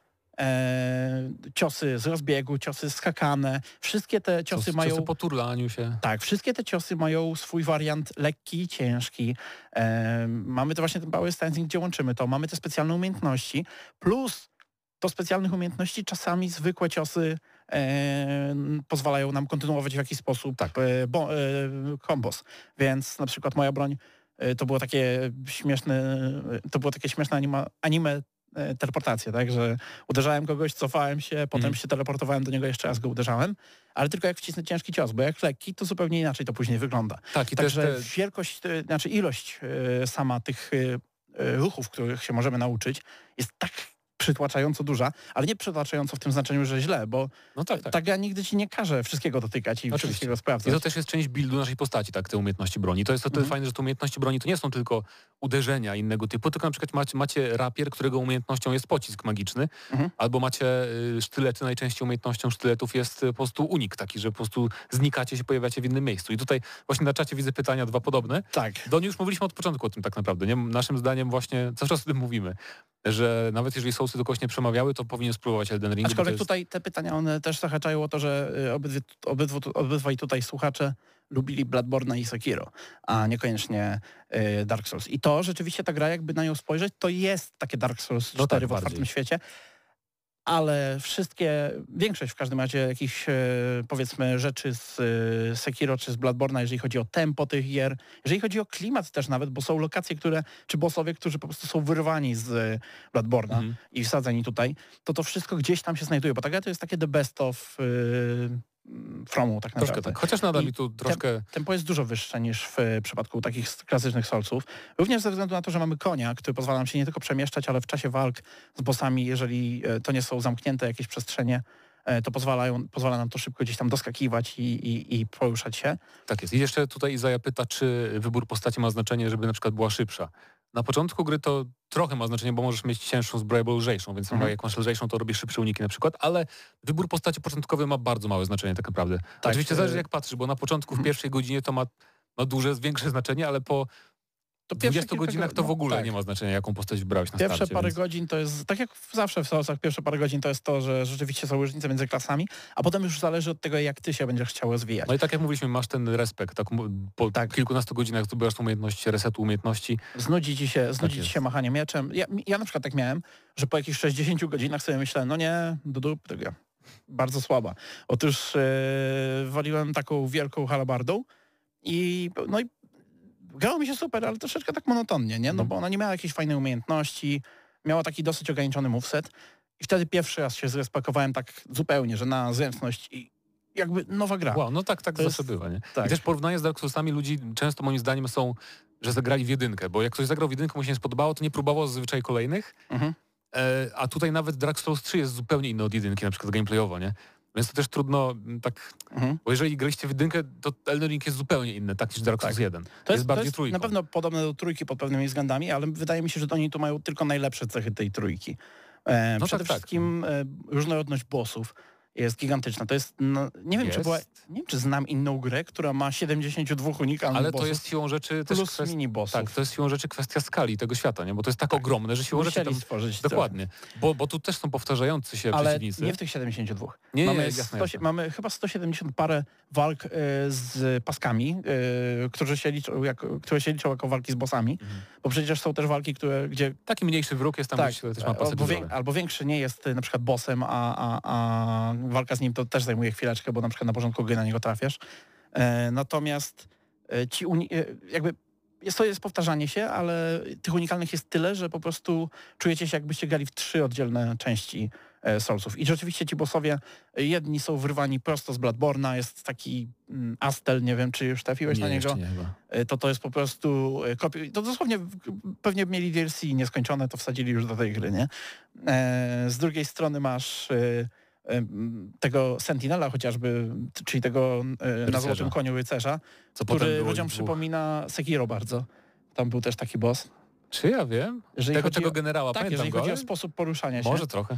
e, ciosy z rozbiegu, ciosy skakane. Wszystkie te ciosy Cios, mają... ciosy po turlaniu się. Tak, wszystkie te ciosy mają swój wariant lekki, ciężki. E, mamy to właśnie ten power stancing, gdzie łączymy to. Mamy te specjalne umiejętności, plus do specjalnych umiejętności czasami zwykłe ciosy e, pozwalają nam kontynuować w jakiś sposób Tak. e, bo, e, kombos. Więc na przykład moja broń e, to było takie śmieszne, to było takie śmieszne anima, anime e, teleportacje, tak, że uderzałem kogoś, cofałem się, potem Mhm. się teleportowałem do niego, jeszcze raz go uderzałem, ale tylko jak wcisnę ciężki cios, bo jak lekki, to zupełnie inaczej to później wygląda. Tak, i też Także te, wielkość, e, znaczy ilość e, sama tych e, e, ruchów, których się możemy nauczyć, jest tak przytłaczająco duża, ale nie przytłaczająco w tym znaczeniu, że źle, bo no tak, tak. ta gra nigdy ci nie każe wszystkiego dotykać i Oczywiście. wszystkiego I sprawdzać. to też jest część buildu naszej postaci, tak, te umiejętności broni. To jest o tyle Mhm. fajne, że te umiejętności broni to nie są tylko uderzenia innego typu, tylko na przykład macie, macie rapier, którego umiejętnością jest pocisk magiczny, Mhm. albo macie y, sztylety, najczęściej umiejętnością sztyletów jest y, po prostu unik taki, że po prostu znikacie się, pojawiacie w innym miejscu. I tutaj właśnie na czacie widzę pytania dwa podobne. Tak. Do niej już mówiliśmy od początku o tym tak naprawdę, nie? Naszym zdaniem właśnie cały czas o tym mówimy, że nawet jeżeli sousy do kogoś nie przemawiały, to powinien spróbować Elden Ring. Aczkolwiek jest... tutaj te pytania, one też zahaczają o to, że y, obydwie, obydwu, obydwaj tutaj słuchacze lubili Bloodborne'a i Sekiro, a niekoniecznie y, Dark Souls. I to rzeczywiście ta gra, jakby na nią spojrzeć, to jest takie Dark Souls No cztery tak, w otwartym bardziej. świecie, ale wszystkie, większość w każdym razie jakichś e, powiedzmy rzeczy z e, Sekiro czy z Bloodborne'a, jeżeli chodzi o tempo tych gier, jeżeli chodzi o klimat też nawet, bo są lokacje, które, czy bossowie, którzy po prostu są wyrwani z e, Bloodborne'a Mhm. i wsadzeni tutaj, to to wszystko gdzieś tam się znajduje, bo ta gra to jest takie the best of e, Fromu tak naprawdę. Troszkę tak. Chociaż nadal I mi tu troszkę... Tempo jest dużo wyższe niż w e, przypadku takich klasycznych Soulsów. Również ze względu na to, że mamy konia, który pozwala nam się nie tylko przemieszczać, ale w czasie walk z bossami, jeżeli e, to nie są zamknięte jakieś przestrzenie, e, to pozwalają, pozwala nam to szybko gdzieś tam doskakiwać i, i, i poruszać się. Tak jest. I jeszcze tutaj Izaja pyta, czy wybór postaci ma znaczenie, żeby na przykład była szybsza. Na początku gry to trochę ma znaczenie, bo możesz mieć cięższą zbroję albo lżejszą, więc Mhm. jak masz lżejszą, to robisz szybsze uniki na przykład, ale wybór postaci początkowy ma bardzo małe znaczenie tak naprawdę. Tak, Oczywiście e- zależy jak patrzysz, bo na początku w Mhm. pierwszej godzinie to ma, ma duże, większe znaczenie, ale po To pierwsze dwudziestu kilka godzinach go- to w no, ogóle tak. nie ma znaczenia, jaką postać wybrałeś na Pierwsze starcie. parę więc... godzin to jest, tak jak zawsze w Soulsach, pierwsze parę godzin to jest to, że rzeczywiście są różnice między klasami, a potem już zależy od tego, jak ty się będziesz chciał rozwijać. No i tak jak mówiliśmy, masz ten respekt, tak mu- po Tak. kilkunastu godzinach zdobywasz tą umiejętność resetu umiejętności. Znudzi ci się, znudzi ci jest. się machanie mieczem. Ja, ja na przykład tak miałem, że po jakichś sześćdziesięciu godzinach sobie myślałem, no nie, do dupy tego. Bardzo słaba. Otóż e, waliłem taką wielką halabardą i no i grało mi się super, ale troszeczkę tak monotonnie, nie? No Mhm. bo ona nie miała jakiejś fajnej umiejętności, miała taki dosyć ograniczony moveset i wtedy pierwszy raz się zrespakowałem tak zupełnie, że na zręczność i jakby nowa gra. Wow, no tak, tak To zawsze jest- bywa, nie? tak. I też porównanie z Dark Soulsami ludzi często moim zdaniem są, że zagrali w jedynkę, bo jak ktoś zagrał w jedynkę, mu się nie spodobało, to nie próbował zazwyczaj kolejnych, Mhm. e, a tutaj nawet Dark Souls trzy jest zupełnie inny od jedynki, na przykład gameplayowo, nie? Więc to też trudno m, tak, Mhm. bo jeżeli graliście w jedynkę, to Elden Ring jest zupełnie inny, tak niż Dark Tak. Souls jeden. To jest, jest, to bardziej jest trójką. na pewno podobne do trójki pod pewnymi względami, ale wydaje mi się, że oni tu mają tylko najlepsze cechy tej trójki. E, No przede tak, tak. wszystkim e, różnorodność bossów jest gigantyczna. To jest, no, nie wiem, czy Jest. była, nie wiem, czy znam inną grę, która ma siedemdziesięciu dwóch unikalnych Ale bossów to jest siłą rzeczy też plus kwestia... mini bossów. Tak, to jest siłą rzeczy kwestia skali tego świata, nie? Bo to jest tak, ogromne, że siłą rzeczy Musieli tam... stworzyć Dokładnie, bo, bo tu też są powtarzający się ale przeciwnicy. nie w tych siedemdziesięciu dwóch. Nie, mamy, nie, jasne, sto, jasne. mamy chyba sto siedemdziesiąt parę walk e, z paskami, e, którzy się liczą, jako, które się liczą jako walki z bossami, Mhm. bo przecież są też walki, które, gdzie Taki mniejszy wróg jest tam, tak, gdzieś, też ma pasek albo, wię, wzrowy. albo większy nie jest y, na przykład bossem, a, a, a walka z nim to też zajmuje chwileczkę, bo na przykład na początku gry na niego trafiasz. E, natomiast e, ci uni- e, jakby jest to jest powtarzanie się, ale tych unikalnych jest tyle, że po prostu czujecie się jakbyście grali w trzy oddzielne części e, Soulsów. I rzeczywiście ci bossowie, e, jedni są wyrwani prosto z Bloodborne'a, jest taki mm, Astel, nie wiem czy już trafiłeś Nie, na niego. jeszcze nie chyba. E, to to jest po prostu e, kopi- to dosłownie w- pewnie mieli D L C nieskończone, to wsadzili już do tej gry, nie? E, z drugiej strony masz e, e, tego Sentinela chociażby, t- czyli tego e, na złotym koniu rycerza, Co potem który było ludziom ich dwóch. przypomina Sekiro bardzo. Tam był też taki boss. Czy ja wiem? Jeżeli Tego, chodzi tego o, generała, tak, pamiętam jeżeli go, chodzi o ale sposób poruszania się. może trochę.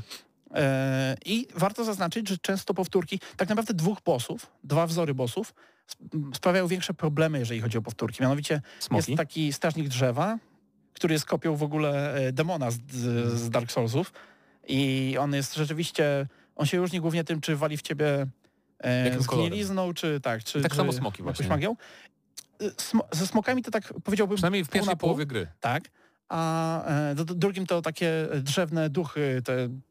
E, I warto zaznaczyć, że często powtórki, tak naprawdę dwóch bossów, dwa wzory bossów sp- sprawiają większe problemy, jeżeli chodzi o powtórki. Mianowicie Smoki. jest taki strażnik drzewa, który jest kopią w ogóle e, demona z, z z Dark Soulsów i on jest rzeczywiście, on się różni głównie tym, czy wali w ciebie e, Jakim kolorem? zgnilizną, czy tak, czy, I tak czy samo smoki jakąś właśnie. magią. E, Smo, ze smokami to tak powiedziałbym Przynajmniej w pół na pierwszej pół. połowie gry. Tak, a e, do, do, drugim to takie drzewne duchy, te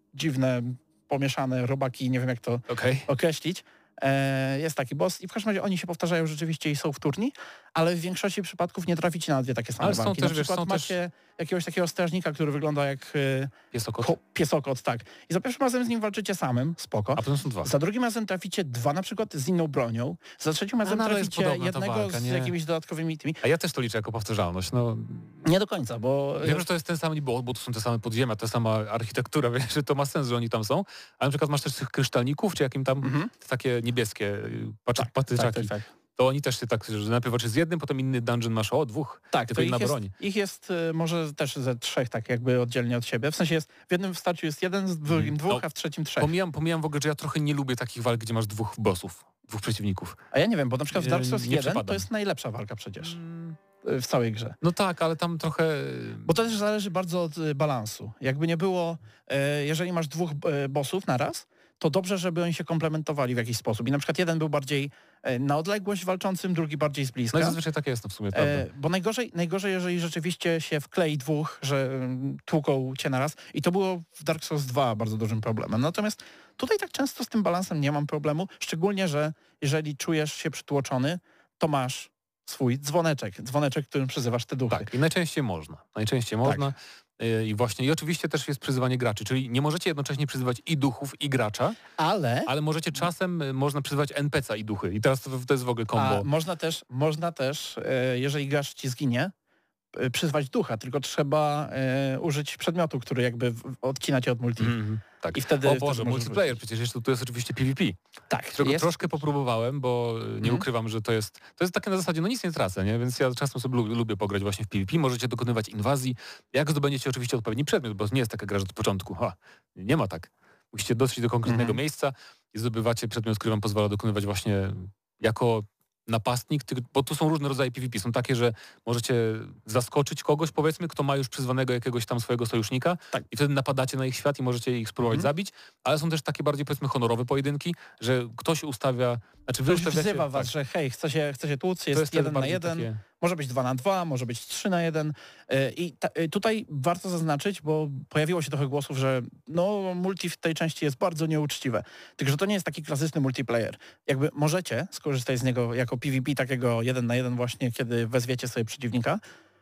dziwne, pomieszane robaki, nie wiem jak to Okej. określić. E, jest taki boss i w każdym razie oni się powtarzają rzeczywiście i są wtórni, ale w większości przypadków nie traficie na dwie takie same Ale są walki. też, Na wiesz, przykład są macie jakiegoś takiego strażnika, który wygląda jak e, Piesokot. ko- piesokot, tak. I za pierwszym razem z nim walczycie samym, spoko. A potem są dwa. Za drugim razem traficie dwa na przykład z inną bronią. Za trzecim razem no, ale jest traficie podobna ta jednego walka, z nie? jakimiś dodatkowymi tymi. A ja też to liczę jako powtarzalność. No, Nie do końca, bo... wiem, że to jest ten sam niby, bo to są te same podziemia, ta sama architektura, wiesz, że to ma sens, że oni tam są. Ale na przykład masz też tych kryształników, czy jakim tam Mhm. takie niebieskie y, patrz, Tak, patyczaki. tak, tak, tak. To oni też się tak, że najpierw walczysz z jednym, potem inny dungeon masz o dwóch. Tak, tylko to inna ich jest, broń. ich jest y, może też ze trzech tak jakby oddzielnie od siebie. W sensie jest, w jednym starciu jest jeden, w drugim dwóch, No, a w trzecim trzech. Pomijam, pomijam w ogóle, że ja trochę nie lubię takich walk, gdzie masz dwóch bossów, dwóch przeciwników. A ja nie wiem, bo na przykład w Nie- Dark Souls nie jeden przepadam. to jest najlepsza walka przecież y, w całej grze. No tak, ale tam trochę... Bo to też zależy bardzo od y, balansu. Jakby nie było, y, jeżeli masz dwóch y, bossów na raz, to dobrze, żeby oni się komplementowali w jakiś sposób. I na przykład jeden był bardziej y, na odległość walczącym, drugi bardziej z bliska. No i zazwyczaj takie jest no w sumie, prawda? E, bo najgorzej, najgorzej, jeżeli rzeczywiście się wklei dwóch, że mm, tłuką cię naraz. I to było w Dark Souls dwa bardzo dużym problemem. Natomiast tutaj tak często z tym balansem nie mam problemu, szczególnie, że jeżeli czujesz się przytłoczony, to masz swój dzwoneczek, dzwoneczek, którym przyzywasz te duchy. Tak, i najczęściej można. Najczęściej można. Y, I właśnie, i oczywiście też jest przyzywanie graczy, czyli nie możecie jednocześnie przyzywać i duchów, i gracza, Ale ale możecie czasem, y, można przyzywać en pe ce a i duchy. I teraz to, to jest w ogóle a kombo. można też, można też e, jeżeli gracz ci zginie, e, przyzwać ducha, tylko trzeba e, użyć przedmiotu, który jakby w- odcina cię od multi. Mhm, tak. I wtedy, o wtedy Boże, możesz multiplayer, wrócić. przecież jeszcze tu jest oczywiście pe ve pe, Tak, którego jest. troszkę popróbowałem, bo y, nie Mhm. ukrywam, że to jest, to jest takie na zasadzie, no nic nie tracę, nie? Więc ja czasem sobie lubię, lubię pograć właśnie w pe ve pe. Możecie dokonywać inwazji, jak zdobędziecie oczywiście odpowiedni przedmiot, bo nie jest taka gra, że od początku, ha, nie ma tak. Musicie dotrzeć do konkretnego Mhm. miejsca i zdobywacie przedmiot, który wam pozwala dokonywać właśnie jako napastnik, ty- bo tu są różne rodzaje pe ve pe. Są takie, że możecie zaskoczyć kogoś, powiedzmy, kto ma już przyzwanego jakiegoś tam swojego sojusznika Tak. i wtedy napadacie na ich świat i możecie ich spróbować Mhm. zabić, ale są też takie bardziej, powiedzmy, honorowe pojedynki, że ktoś ustawia, znaczy wy Ktoś ustawiacie... wzywa was, tak, że hej, chce się, chce się tłuc, to jest, wtedy jeden na bardziej jeden, takie- może być dwa na dwa, może być trzy na jeden. Yy, I ta, yy, tutaj warto zaznaczyć, bo pojawiło się trochę głosów, że no multi w tej części jest bardzo nieuczciwe. Tylko, że to nie jest taki klasyczny multiplayer. Jakby możecie skorzystać z niego jako pe ve pe takiego jeden na jeden właśnie, kiedy wezwiecie sobie przeciwnika,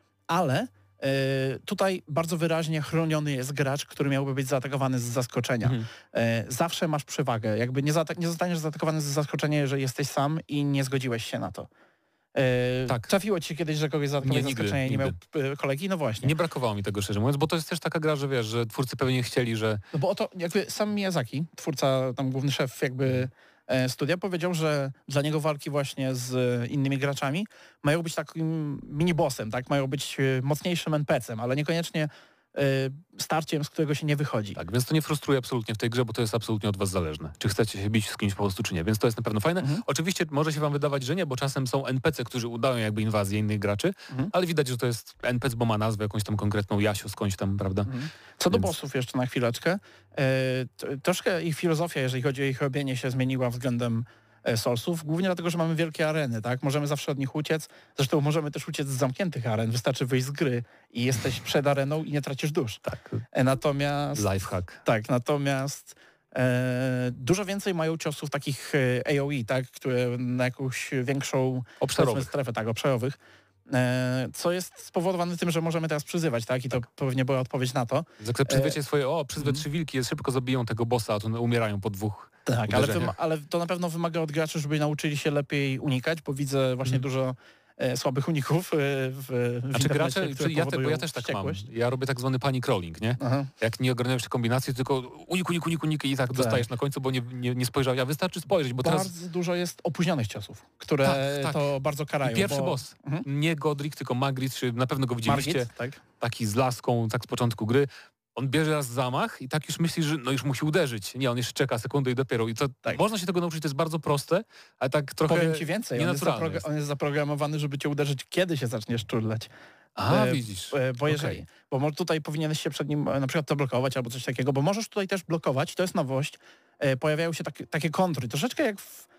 ale yy, tutaj bardzo wyraźnie chroniony jest gracz, który miałby być zaatakowany z zaskoczenia. Mhm. E, zawsze masz przewagę. Jakby nie, zaata- nie zostaniesz zaatakowany z zaskoczenia, jeżeli jesteś sam i nie zgodziłeś się na to. E, Tak. Trafiło ci się kiedyś, że kogoś zaatakowałeś z Nie, nigdy, zaskoczenia i nie miał nigdy. e, kolegi? No właśnie. Nie brakowało mi tego, szczerze mówiąc, bo to jest też taka gra, że wiesz, że twórcy pewnie chcieli, że No bo oto jakby sam Miyazaki, twórca, tam główny szef jakby e, studia, powiedział, że dla niego walki właśnie z e, innymi graczami mają być takim mini-bossem, tak? Mają być e, mocniejszym en pe ce em, ale niekoniecznie e, starciem, z którego się nie wychodzi. tak, więc to nie frustruje absolutnie w tej grze, bo to jest absolutnie od was zależne. Czy chcecie się bić z kimś po prostu, czy nie. Więc to jest na pewno fajne. Mhm. Oczywiście może się wam wydawać, że nie, bo czasem są en pe ce, którzy udają jakby inwazję innych graczy, Mhm. ale widać, że to jest en pe ce, bo ma nazwę jakąś tam konkretną, Jasio skądś tam, prawda? Mhm. Co do Więc- bossów jeszcze na chwileczkę. E, t- troszkę ich filozofia, jeżeli chodzi o ich robienie, się zmieniła względem e, Soulsów, głównie dlatego, że mamy wielkie areny, tak? Możemy zawsze od nich uciec. Zresztą możemy też uciec z zamkniętych aren. Wystarczy wyjść z gry i jesteś przed areną i nie tracisz dusz. Tak, E, natomiast... lifehack. Tak, natomiast e, dużo więcej mają ciosów takich e, A O E, tak? Które na jakąś większą Obszarowych. powiedzmy, strefę, tak, obszarowych. E, co jest spowodowane tym, że możemy teraz przyzywać, tak? I to pewnie była odpowiedź na to. Jak przyzwiecie E, swoje, o, przyzwę mhm. trzy wilki, jest szybko zabiją tego bossa, a to umierają po dwóch Tak, ale, uderzeniach. wyma- ale to na pewno wymaga od graczy, żeby nauczyli się lepiej unikać, bo widzę właśnie Mhm. dużo e, słabych uników e, w, w A czy internecie, gracze, które czy ja, te, bo powodują ja też tak mam. wściekłość. Ja robię tak zwany panic rolling, nie? Aha. Jak nie ogarniasz się kombinacji, tylko unik, unik, unik, unik i tak, dostajesz na końcu, bo nie, nie, nie spojrzał. Ja wystarczy spojrzeć, bo teraz Bardzo dużo jest opóźnionych ciosów, które Tak, tak. to bardzo karają. pierwszy bo... boss, Mhm. nie Godric, tylko Magritte, czy na pewno go widzieliście, Margit, tak? taki z laską, tak z początku gry. On bierze raz zamach i tak już myśli, że no już musi uderzyć. Nie, on jeszcze czeka sekundę i dopiero. I to Tak. można się tego nauczyć, to jest bardzo proste, ale tak trochę Powiem ci więcej, on jest, nienaturalne zaprogra- jest. on jest zaprogramowany, żeby cię uderzyć, kiedy się zaczniesz czurlać. A, e, widzisz. E, Bo jeżeli, Okej. bo mo- tutaj powinieneś się przed nim e, na przykład zablokować albo coś takiego, bo możesz tutaj też blokować, to jest nowość, e, pojawiają się takie, takie kontry, troszeczkę jak w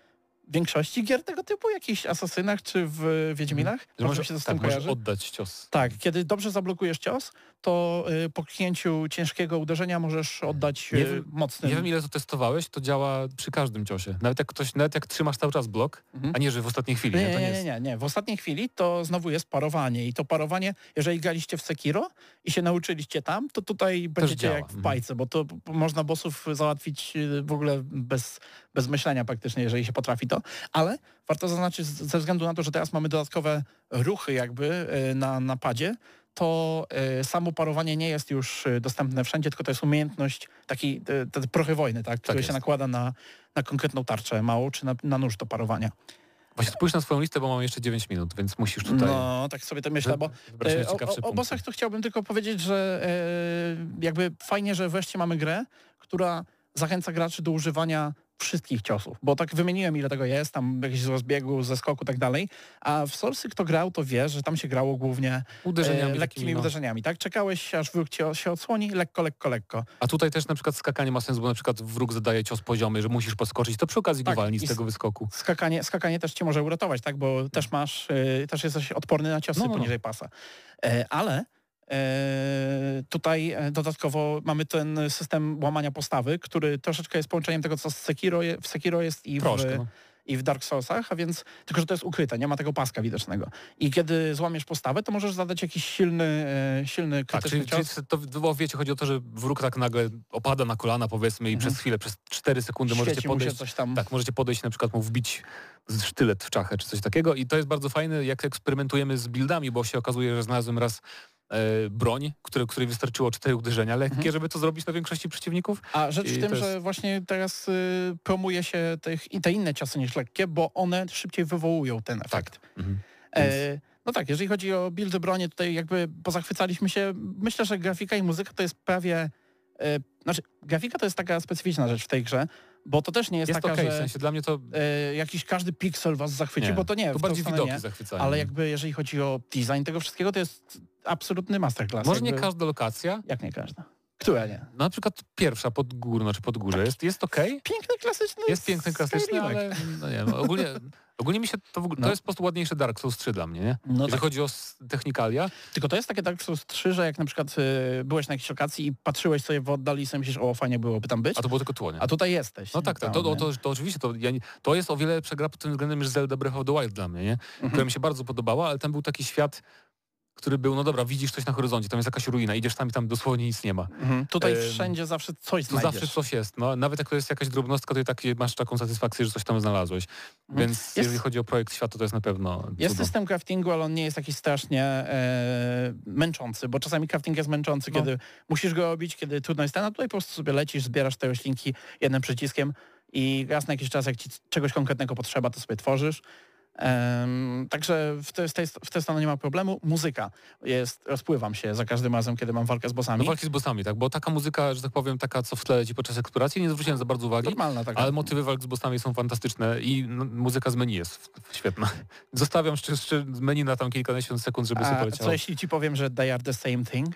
większości gier tego typu, jakichś Asasynach czy w Wiedźminach. Że Może się to z tym tak, możesz kojarzy. oddać cios. Tak, kiedy dobrze zablokujesz cios, to y, po kliknięciu ciężkiego uderzenia możesz oddać Nie y, wiem- mocnym. Nie wiem ile to testowałeś, to działa przy każdym ciosie. Nawet jak ktoś, nawet jak trzymasz cały czas blok, Mhm. a nie, że w ostatniej chwili. Nie, Nie, to nie, nie nie, jest... nie, nie. W ostatniej chwili to znowu jest parowanie i to parowanie, jeżeli graliście w Sekiro i się nauczyliście tam, to tutaj będziecie działa. jak w Mhm. bajce, bo to p- można bossów załatwić y, w ogóle bez, bez myślenia praktycznie, jeżeli się potrafi to, ale warto zaznaczyć z- ze względu na to, że teraz mamy dodatkowe ruchy jakby y, na napadzie, to y, samo parowanie nie jest już y, dostępne wszędzie, tylko to jest umiejętność, taki y, te prochy wojny, tak, który się jest. nakłada na, na konkretną tarczę małą, czy na, na nóż do parowania. Właśnie spójrz na swoją listę, bo mam jeszcze dziewięć minut, więc musisz tutaj... No, tak sobie to myślę, bo wybrać e, o, najciekawsze o, o punkty. bossach to chciałbym tylko powiedzieć, że e, jakby fajnie, że wreszcie mamy grę, która zachęca graczy do używania wszystkich ciosów, bo tak wymieniłem ile tego jest, tam jakiś z rozbiegu, ze skoku i tak dalej, a w Soulsy kto grał, to wie, że tam się grało głównie Uderzeniami e, lekkimi takimi, no. uderzeniami, tak? Czekałeś aż wróg cię, się odsłoni, lekko, lekko, lekko. A tutaj też na przykład skakanie ma sens, bo na przykład wróg zadaje cios poziomy, że musisz podskoczyć, to przy okazji Tak, go walni i z s- tego wyskoku. Skakanie, skakanie też cię może uratować, tak? Bo też masz, y, też jesteś odporny na ciosy No, no, no. poniżej pasa. E, ale e, tutaj e, dodatkowo mamy ten system łamania postawy, który troszeczkę jest połączeniem tego, co z Sekiro je, w Sekiro jest i w, Troszkę, no. i w Dark Soulsach, a więc tylko, że to jest ukryte, nie ma tego paska widocznego. I kiedy złamiesz postawę, to możesz zadać jakiś silny, e, silny Tak, krytyczny czyli, czyli cios. to, bo wiecie, chodzi o to, że wróg tak nagle opada na kolana powiedzmy i przez chwilę, przez cztery sekundy możecie Świeci mu się podejść, coś tam. tak, możecie podejść na przykład mu wbić z sztylet w czachę czy coś takiego i to jest bardzo fajne, jak eksperymentujemy z buildami, bo się okazuje, że znalazłem raz e, broń, które, której wystarczyło cztery uderzenia lekkie, Mhm. żeby to zrobić na większości przeciwników. A rzecz I w tym, to że jest- właśnie teraz y, promuje się tych, i te inne ciosy niż lekkie, bo one szybciej wywołują ten efekt. Mhm. E, no tak, jeżeli chodzi o buildy broni, tutaj jakby pozachwycaliśmy się. Myślę, że grafika i muzyka to jest prawie... E, znaczy, grafika to jest taka specyficzna rzecz w tej grze, bo to też nie jest, Jest taka, okej, w że sensie dla mnie to e, jakiś każdy piksel was zachwyci, nie, bo to nie, to w tą bardziej stronę widoki nie. zachwycają. Ale jakby jeżeli chodzi o design tego wszystkiego, to jest absolutny masterclass. Może nie jakby, każda lokacja, Jak nie każda. Która nie? no na przykład pierwsza pod górno czy pod górze jest, jest okej, Piękny, klasyczny jest piękny, klasyczny, Skyrimek. ale no nie, no, ogólnie, ogólnie mi się to w ogóle, No. to jest po prostu ładniejszy Dark Souls trzy dla mnie, nie? No Jeżeli tak. chodzi o s- technikalia, Tylko to jest takie Dark Souls trzy, że jak na przykład y, byłeś na jakiejś lokacji i patrzyłeś sobie w oddali i sobie myślisz, o fajnie byłoby tam być, a to było tylko tło, nie? a tutaj jesteś. No nie? tak, tak. Tam, To, to, nie? to, to oczywiście, to, ja nie, to jest o wiele lepsza gra pod tym względem niż Zelda Breath of the Wild dla mnie, nie? Mhm. Która mi się bardzo podobała, ale tam był taki świat, który był, no dobra, widzisz coś na horyzoncie, tam jest jakaś ruina, idziesz tam i tam dosłownie nic nie ma. Mhm. Tutaj Em, wszędzie zawsze coś To znajdziesz. zawsze coś jest, no. Nawet jak to jest jakaś drobnostka, to i tak masz taką satysfakcję, że coś tam znalazłeś. Mhm. Więc Jest- jeżeli chodzi o projekt świata, to jest na pewno Jest cudo. system craftingu, ale on nie jest jakiś strasznie e, męczący, bo czasami crafting jest męczący, No. kiedy musisz go robić, kiedy trudno jest ten, a tutaj po prostu sobie lecisz, zbierasz te roślinki jednym przyciskiem i raz na jakiś czas, jak ci czegoś konkretnego potrzeba, to sobie tworzysz. Em, także w, te, w, tej, w tę stronę nie ma problemu. Muzyka jest, rozpływam się za każdym razem, kiedy mam walkę z bossami. Do walki z bossami, tak, bo taka muzyka, że tak powiem, taka co w tle leci podczas eksploracji, nie zwróciłem za bardzo uwagi, Normalna taka. ale motywy walk z bossami są fantastyczne i no, muzyka z meni jest w- w- świetna. Zostawiam jeszcze, jeszcze menu na tam kilkadziesiąt sekund, żeby sobie A poleciało. co jeśli ci powiem, że they are the same thing?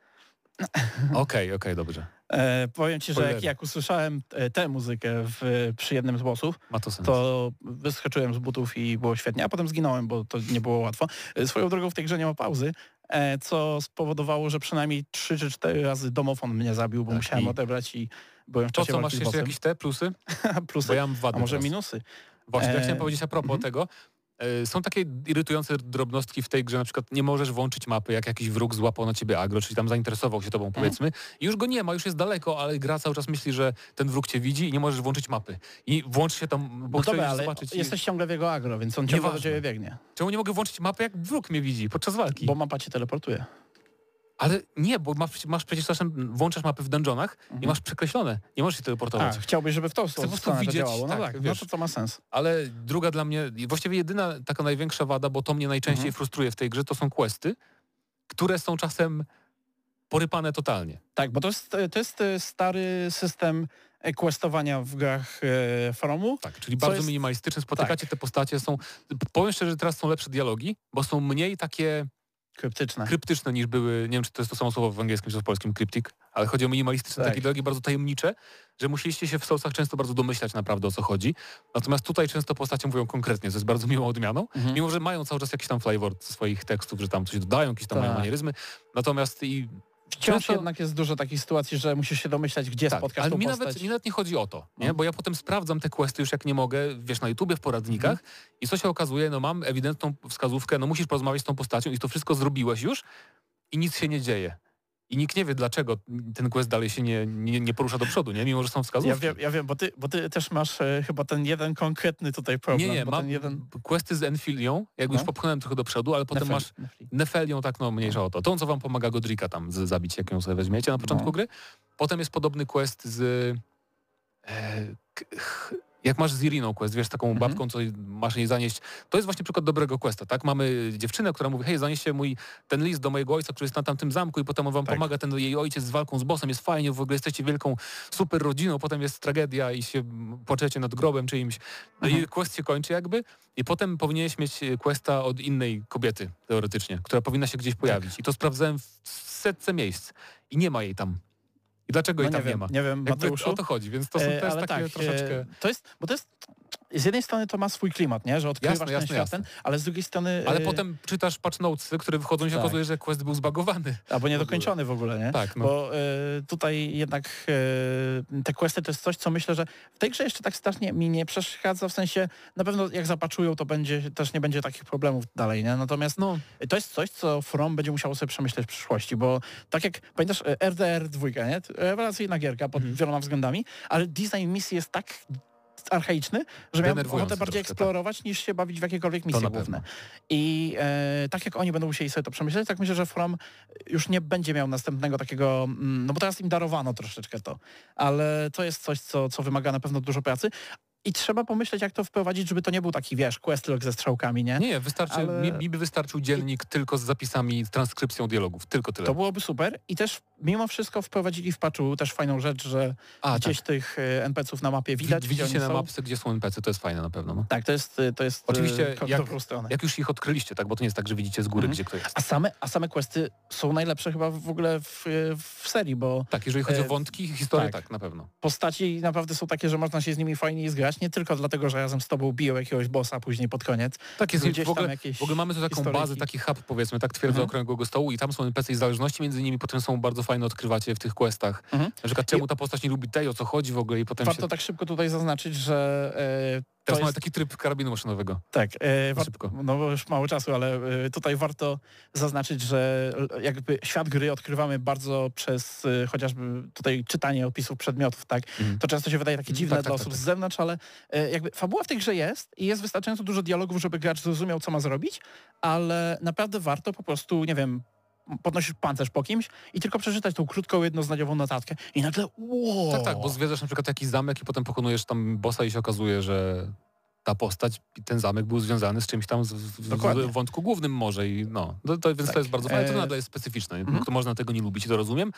Okej, okej, dobrze. E, powiem ci, że Spoilery. jak, jak usłyszałem e, tę muzykę w, przy jednym z bossów, Ma to sens. to wyskoczyłem z butów i było świetnie, a potem zginąłem, bo to nie było łatwo. E, Swoją drogą w tej grze nie ma pauzy, e, co spowodowało, że przynajmniej trzy czy cztery razy domofon mnie zabił, bo Tak, musiałem i- odebrać i byłem w To czasie co, walki masz z jeszcze bossem. jakieś te plusy? Plusy, Bo ja mam wady a może teraz. minusy. Właśnie, to ja E, chciałem powiedzieć a propos mhm. tego. E, Są takie irytujące drobnostki w tej grze, na przykład nie możesz włączyć mapy, jak jakiś wróg złapał na ciebie agro, czyli tam zainteresował się tobą, powiedzmy, i już go nie ma, już jest daleko, ale gra cały czas myśli, że ten wróg cię widzi i nie możesz włączyć mapy. I włącz się tam, bo No chcesz dobra, ale zobaczyć. jesteś ciągle w jego agro, więc on ciągle do Nieważne. ciebie biegnie, Czemu nie mogę włączyć mapy, jak wróg mnie widzi podczas walki? bo mapa cię teleportuje. Ale nie, bo masz, masz przecież czasem, włączasz mapy w dungeonach i masz przekreślone. Nie możesz się A, teleportować. chciałbyś, żeby w tą po prostu stronę to widzieć, działało. No tak, tak, no wiesz. to co ma sens. Ale druga dla mnie, i właściwie jedyna taka największa wada, bo to mnie najczęściej Mhm. frustruje w tej grze, to są questy, które są czasem porypane totalnie. Tak, bo to jest, to jest e, stary system e, questowania w grach e, Fromu. Tak, czyli Co bardzo jest- minimalistyczne, spotykacie te postacie, są, powiem szczerze, że teraz są lepsze dialogi, bo są mniej takie Kryptyczne. kryptyczne niż były, nie wiem czy to jest to samo słowo w angielskim czy w polskim, cryptic, ale chodzi o minimalistyczne, Tak. takie dialogi bardzo tajemnicze, że musieliście się w Soulsach często bardzo domyślać naprawdę o co chodzi. Natomiast tutaj często postacie mówią konkretnie, co jest bardzo miłą odmianą, Mhm. mimo że mają cały czas jakiś tam flavor swoich tekstów, że tam coś dodają, jakieś tam Tak. mają manieryzmy. Natomiast i Wciąż często- jednak jest dużo takich sytuacji, że musisz się domyślać, gdzie tak, spotkasz ale tą mi postać. nawet, mi nawet nie chodzi o to, nie? No. Bo ja potem sprawdzam te questy już jak nie mogę, wiesz, na YouTubie, w poradnikach Mhm. i co się okazuje, no mam ewidentną wskazówkę, no musisz porozmawiać z tą postacią i to wszystko zrobiłeś już i nic się nie dzieje. I nikt nie wie, dlaczego ten quest dalej się nie, nie, nie porusza do przodu, nie? Mimo że są wskazówki. Ja wiem, ja wiem, bo ty, bo ty też masz e, chyba ten jeden konkretny tutaj problem. nie, nie, bo mam ten jeden... questy z Enfilią, jakby No. już popchnąłem trochę do przodu, ale potem Nefel- masz Nefli. Nefelią, tak no mniejsza o to. Tą, co wam pomaga Godrika tam z, zabić, jak ją sobie weźmiecie na początku No. gry. Potem jest podobny quest z... E, k, ch, jak masz z Iriną quest, wiesz, taką Mhm. babką, co masz jej zanieść. To jest właśnie przykład dobrego questa, tak? Mamy dziewczynę, która mówi, hej, zanieście mój ten list do mojego ojca, który jest na tamtym zamku i potem on wam Tak. pomaga, ten jej ojciec z walką z bossem, jest fajnie, w ogóle jesteście wielką super rodziną, potem jest tragedia i się płaczecie nad grobem czyimś. No Mhm. i quest się kończy jakby i potem powinieneś mieć questa od innej kobiety, teoretycznie, która powinna się gdzieś pojawić. I to sprawdzałem w setce miejsc i nie ma jej tam. I dlaczego No jej nie tam nie wiem, ma? nie wiem, Jakby Mateuszu. o to chodzi, więc to, są, to E, jest ale takie tak, troszeczkę... e, to jest, bo to jest, z jednej strony to ma swój klimat, nie? Że odkrywasz Jasne, ten jasne, świat, jasne. ten, ale z drugiej strony... Ale e, potem czytasz patch notesy, które wychodzą i się tak. okazuje, że quest był zbagowany. Albo niedokończony w ogóle, nie? Tak, no. Bo e, tutaj jednak e, te questy to jest coś, co myślę, że w tej grze jeszcze tak strasznie mi nie przeszkadza, w sensie na pewno jak zapaczują, to będzie też nie będzie takich problemów dalej, nie? Natomiast No, to jest coś, co From będzie musiało sobie przemyśleć w przyszłości, bo tak jak pamiętasz e, R D R dwa, nie? Rewelacyjna gierka pod Mhm. wieloma względami, ale design misji jest tak archaiczny, że miałem Denerwujący ochotę bardziej troszkę, eksplorować niż się bawić w jakiekolwiek misje na główne. pewno. I e, tak jak oni będą musieli sobie to przemyśleć, tak myślę, że From już nie będzie miał następnego takiego, mm, no bo teraz im darowano troszeczkę to, ale to jest coś, co, co wymaga na pewno dużo pracy. I trzeba pomyśleć, jak to wprowadzić, żeby to nie był taki, wiesz, questlog ze strzałkami, nie? nie, wystarczy, Ale- mi, mi by wystarczył dziennik tylko z zapisami, z transkrypcją dialogów, tylko tyle. To byłoby super i też mimo wszystko wprowadzili w patchu też fajną rzecz, że A, gdzieś tak. tych e, en pe ce ów na mapie widać, gdzie Widzicie oni na są. mapce, gdzie są en pe ce, to jest fajne na pewno. No. Tak, to jest, to jest Oczywiście, e, krok w jak- dobrą stronę. Jak już ich odkryliście, tak, bo to nie jest tak, że widzicie z góry, Mhm. gdzie kto jest. A same, a same questy są najlepsze chyba w ogóle w, w serii, bo Tak, jeżeli chodzi o E, wątki, historię, tak. tak, na pewno. postaci naprawdę są takie, że można się z nimi fajnie zgrać, nie tylko dlatego, że razem z tobą biją jakiegoś bossa później pod koniec. Tak jest, Gdzieś w ogóle, tam jakieś w ogóle mamy tu taką historyjki. bazę, taki hub, powiedzmy, tak twierdzę, Mhm. okrągłego stołu i tam są en pe ce i zależności między nimi potem są bardzo fajne, odkrywacie w tych questach. Mhm. Na przykład czemu ta postać nie lubi tej, o co chodzi w ogóle i potem Warto się... tak szybko tutaj zaznaczyć, że e, to Teraz jest... mamy taki tryb karabinu maszynowego. Tak, e, war... Szybko. no bo już mało czasu, ale e, tutaj warto zaznaczyć, że e, jakby świat gry odkrywamy bardzo przez e, chociażby tutaj czytanie opisów przedmiotów, tak? Mhm. To często się wydaje takie dziwne Tak, dla tak, osób tak, z zewnątrz, ale e, jakby fabuła w tej grze jest i jest wystarczająco dużo dialogów, żeby gracz zrozumiał, co ma zrobić, ale naprawdę warto po prostu, nie wiem, podnosisz pancerz po kimś i tylko przeczytać tą krótką, jednozdaniową notatkę i nagle wow! Tak, tak, bo zwiedzasz na przykład jakiś zamek i potem pokonujesz tam bossa i się okazuje, że ta postać i ten zamek był związany z czymś tam z, w, Dokładnie. w wątku głównym może i no, to, to, więc Tak. to jest bardzo fajne, to E, nadal jest specyficzne, mhm. to można tego nie lubić, to rozumiem.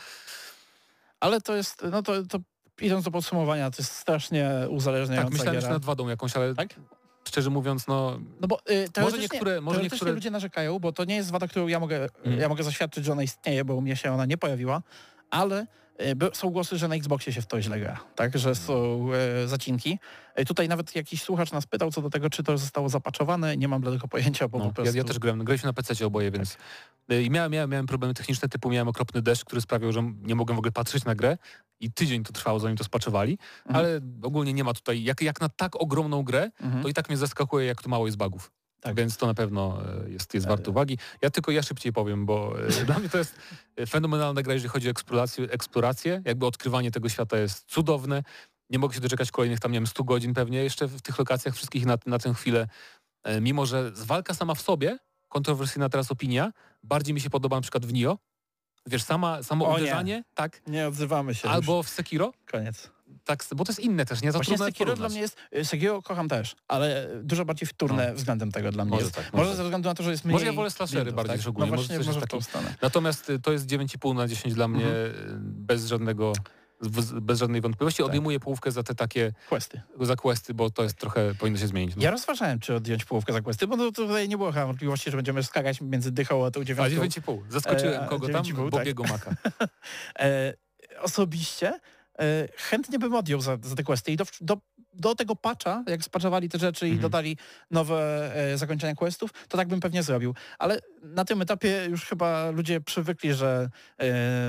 Ale to jest, no to, to idąc do podsumowania, to jest strasznie uzależniająca Tak, myślałem giera. jeszcze nad wadą jakąś, ale Tak? szczerze mówiąc, no No bo y, teoretycznie, niektóre- może teoretycznie niektóre- ludzie narzekają, bo to nie jest wada, którą ja mogę, Mm. ja mogę zaświadczyć, że ona istnieje, bo u mnie się ona nie pojawiła, ale y, by- są głosy, że na Xboxie się w to źle gra, tak, że są e, zacinki. E, tutaj nawet jakiś słuchacz nas pytał co do tego, czy to zostało zapaczowane, nie mam bladego pojęcia, bo No, po ja, prostu... ja też grałem, graliśmy na pececie oboje, więc i miałem, miałem, miałem problemy techniczne, typu miałem okropny deszcz, który sprawiał, że nie mogłem w ogóle patrzeć na grę i tydzień to trwało, zanim to spaczowali, Mhm. ale ogólnie nie ma tutaj, jak, jak na tak ogromną grę, Mhm. to i tak mnie zaskakuje, jak tu mało jest bugów. Tak. Więc to na pewno e, jest, jest warte uwagi. Ja tylko ja szybciej powiem, bo e, dla mnie to jest e, fenomenalna gra, jeżeli chodzi o eksplorację, eksplorację. Jakby odkrywanie tego świata jest cudowne. Nie mogę się doczekać kolejnych tam, nie wiem, stu godzin pewnie jeszcze w tych lokacjach wszystkich na, na tę chwilę. E, mimo, że walka sama w sobie, kontrowersyjna teraz opinia, bardziej mi się podoba na przykład w Nioh. Wiesz, sama, samo O nie. uderzanie, tak? Nie odzywamy się Albo w Sekiro, już. Koniec. tak, bo to jest inne też, nie? Za Właśnie trudno Sekiro dla porównać. mnie jest... y, Sekiro kocham też, ale dużo bardziej wtórne No. względem tego dla mnie Może jest. tak, Może może ze względu na to, że jest mniej... Może ja wolę slashery bindów, bardziej tak? niż ogólnie, No może właśnie, coś może jest w tą taki- stronę. Natomiast y, to jest dziewięć i pół na dziesięć dla mnie Mhm. y, bez żadnego w, bez żadnej wątpliwości. Tak. Odejmuję połówkę za te takie Questy. za questy, bo to jest trochę, powinno się zmienić. No. Ja rozważałem, czy odjąć połówkę za questy, bo no, tutaj nie było chyba wątpliwości, że będziemy skakać między dychą a tą A dziewiątką. dziewięć i pół. Zaskoczyłem E, kogo tam? dziewięć i pół, tak. Bobiego Maka. E, osobiście e, chętnie bym odjął za, za te questy i do, do, do tego patcha, jak spatchowali te rzeczy Mhm. i dodali nowe e, zakończenia questów, to tak bym pewnie zrobił. Ale na tym etapie już chyba ludzie przywykli, że e,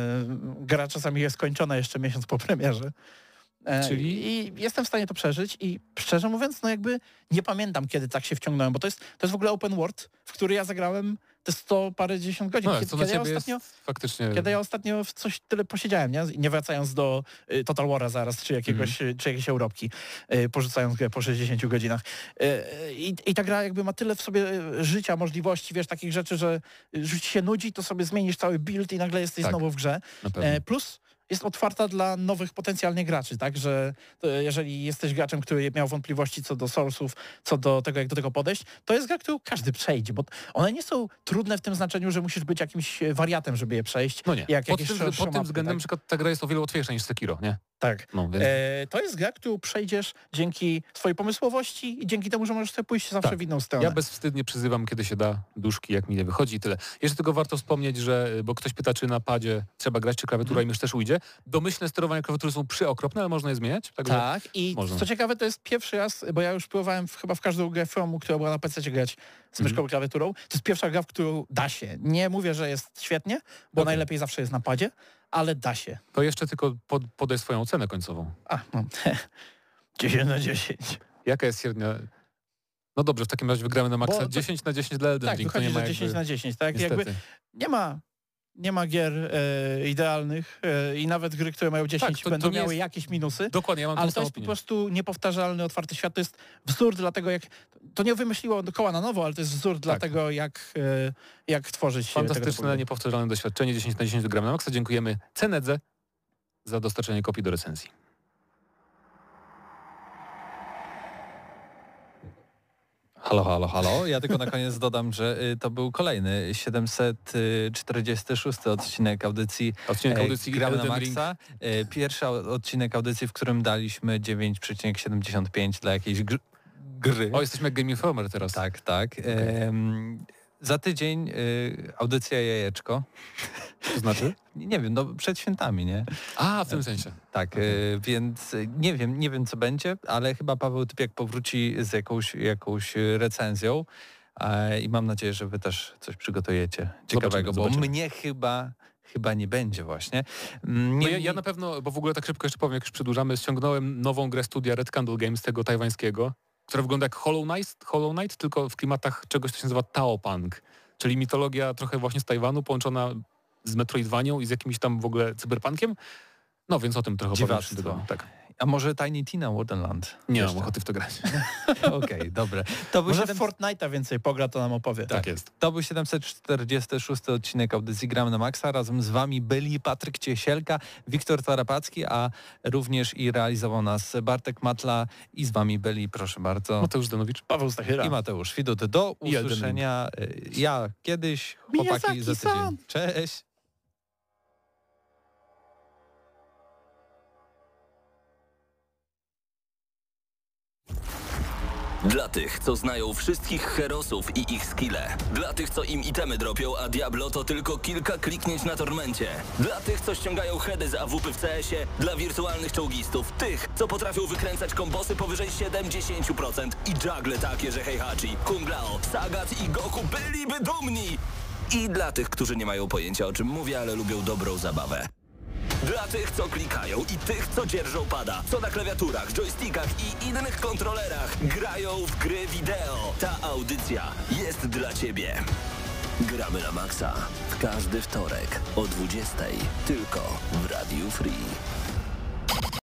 gra czasami jest skończona jeszcze miesiąc po premierze. E, Czyli? I jestem w stanie to przeżyć i szczerze mówiąc, no jakby nie pamiętam, kiedy tak się wciągnąłem, bo to jest, to jest w ogóle open world, w który ja zagrałem te sto parę dziesiąt godzin. No, kiedy, to na kiedy ja ciebie ostatnio jest faktycznie... kiedy ja ostatnio w coś tyle posiedziałem, nie? Nie wracając do y, Total War'a zaraz, czy jakiegoś, Mhm. y, czy jakiejś Europki, y, porzucając grę po sześćdziesięciu godzinach. Y, i, I ta gra jakby ma tyle w sobie y, życia, możliwości, wiesz, takich rzeczy, że już ci się nudzi, to sobie zmienisz cały build i nagle jesteś Tak. znowu w grze. Na pewno. E, plus jest otwarta dla nowych potencjalnie graczy, tak, że to jeżeli jesteś graczem, który miał wątpliwości co do source'ów, co do tego, jak do tego podejść, to jest gra, którą każdy przejdzie, bo one nie są trudne w tym znaczeniu, że musisz być jakimś wariatem, żeby je przejść. No nie. Jak Pod jakieś tym, szersze pod tym mapy, względem tak? na przykład ta gra jest o wiele łatwiejsza niż Sekiro, nie? Tak. No, więc... E, to jest gra, którą przejdziesz dzięki twojej pomysłowości i dzięki temu, że możesz sobie pójść zawsze Tak. w inną stronę. Ja bezwstydnie przyzywam, kiedy się da, duszki, jak mi nie wychodzi i tyle. Jeszcze tylko warto wspomnieć, że, bo ktoś pyta, czy na padzie trzeba grać, czy klawiatura Mhm. i mysz też ujdzie. Domyślne sterowania klawiatury są przyokropne, ale można je zmieniać. Także Tak, i można. co ciekawe, to jest pierwszy raz, bo ja już próbowałem w, chyba w każdą grę Fromu, która była na pececie grać z myszką Mhm. i klawiaturą. To jest pierwsza gra, w którą da się. Nie mówię, że jest świetnie, bo Okej. najlepiej zawsze jest na padzie, ale da się. To jeszcze tylko pod, podaj swoją ocenę końcową. A, no. dziesięć na dziesięć. Jaka jest średnia... No dobrze, w takim razie wygramy na maksa Bo to- dziesięć na dziesięć dla Elden Tak, Ring. To wychodzi, nie ma że jakby... dziesięć na dziesięć. Tak? Niestety. Jakby nie ma, nie ma gier e, idealnych e, i nawet gry, które mają dziesięć Tak, to- będą to nie miały jest- jakieś minusy. Dokładnie, ja mam Ale tą to samą jest po opinię. prostu niepowtarzalny, otwarty świat. To jest wzór dlatego, jak... To nie wymyśliło koła na nowo, ale to jest wzór dla tego, jak, e, jak tworzyć tego typu Fantastyczne, gry. niepowtarzalne doświadczenie. dziesięć na dziesięć wygramy na maksa. Dziękujemy Cenedze za dostarczenie kopii do recenzji. Halo, halo, halo. Ja tylko na koniec dodam, że y, to był kolejny siedemset czterdziesty szósty odcinek audycji Odcinek e, audycji Gramy na Elden Ring. Maxa. E, Pierwszy au- odcinek audycji, w którym daliśmy dziewięć przecinek siedemdziesiąt pięć dla jakiejś gr gry. O, jesteśmy jak Game Informer teraz. Tak, tak. Em, za tydzień y, audycja Jajeczko. To znaczy? Nie wiem, no przed świętami, nie? A, w tym sensie. Tak, y, więc y, nie wiem, nie wiem co będzie, ale chyba Paweł Typiak powróci z jakąś, jakąś y, recenzją e, i mam nadzieję, że wy też coś przygotujecie ciekawego, zobaczymy. bo mnie chyba chyba nie będzie właśnie. Mm, No Nie, ja, ja na pewno, bo w ogóle tak szybko jeszcze powiem, jak już przedłużamy, ściągnąłem nową grę studia Red Candle Games, tego tajwańskiego, która wygląda jak Hollow Knight, Hollow Knight, tylko w klimatach czegoś, co się nazywa Taopunk, czyli mitologia trochę właśnie z Tajwanu, połączona z Metroidvanią i z jakimś tam w ogóle cyberpunkiem. No więc o tym trochę opowiem. Dziwactwo. Tygodniu. Tak. A może Tiny Tina Wonderland? Nie Jeszcze. mam ochoty w to grać. Okej, dobre. To był, Może siedem... w Fortnite'a więcej pogra, to nam opowie. Tak jest. to był siedemset czterdziesty szósty odcinek audycji Gramy na Maxa. Razem z wami byli Patryk Ciesielka, Wiktor Tarapacki, a również i realizował nas Bartek Matla i z wami byli, proszę bardzo, Mateusz Danowicz. Paweł Stachyra. i Mateusz Widut. Do I Elden usłyszenia. Ja kiedyś, chłopaki za tydzień. Miyazaki-san. Cześć! Dla tych, co znają wszystkich herosów i ich skille. Dla tych, co im itemy dropią, a Diablo to tylko kilka kliknięć na tormencie. Dla tych, co ściągają heady z A W P w C S ie. Dla wirtualnych czołgistów. Tych, co potrafią wykręcać kombosy powyżej siedemdziesiąt procent. I juggle takie, że Heihachi, Kung Lao, Sagat i Goku byliby dumni. I dla tych, którzy nie mają pojęcia, o czym mówię, ale lubią dobrą zabawę. Dla tych, co klikają i tych, co dzierżą pada, co na klawiaturach, joystickach i innych kontrolerach grają w gry wideo. Ta audycja jest dla Ciebie. Gramy na Maxa w każdy wtorek o dwudziestej tylko w Radiu Free.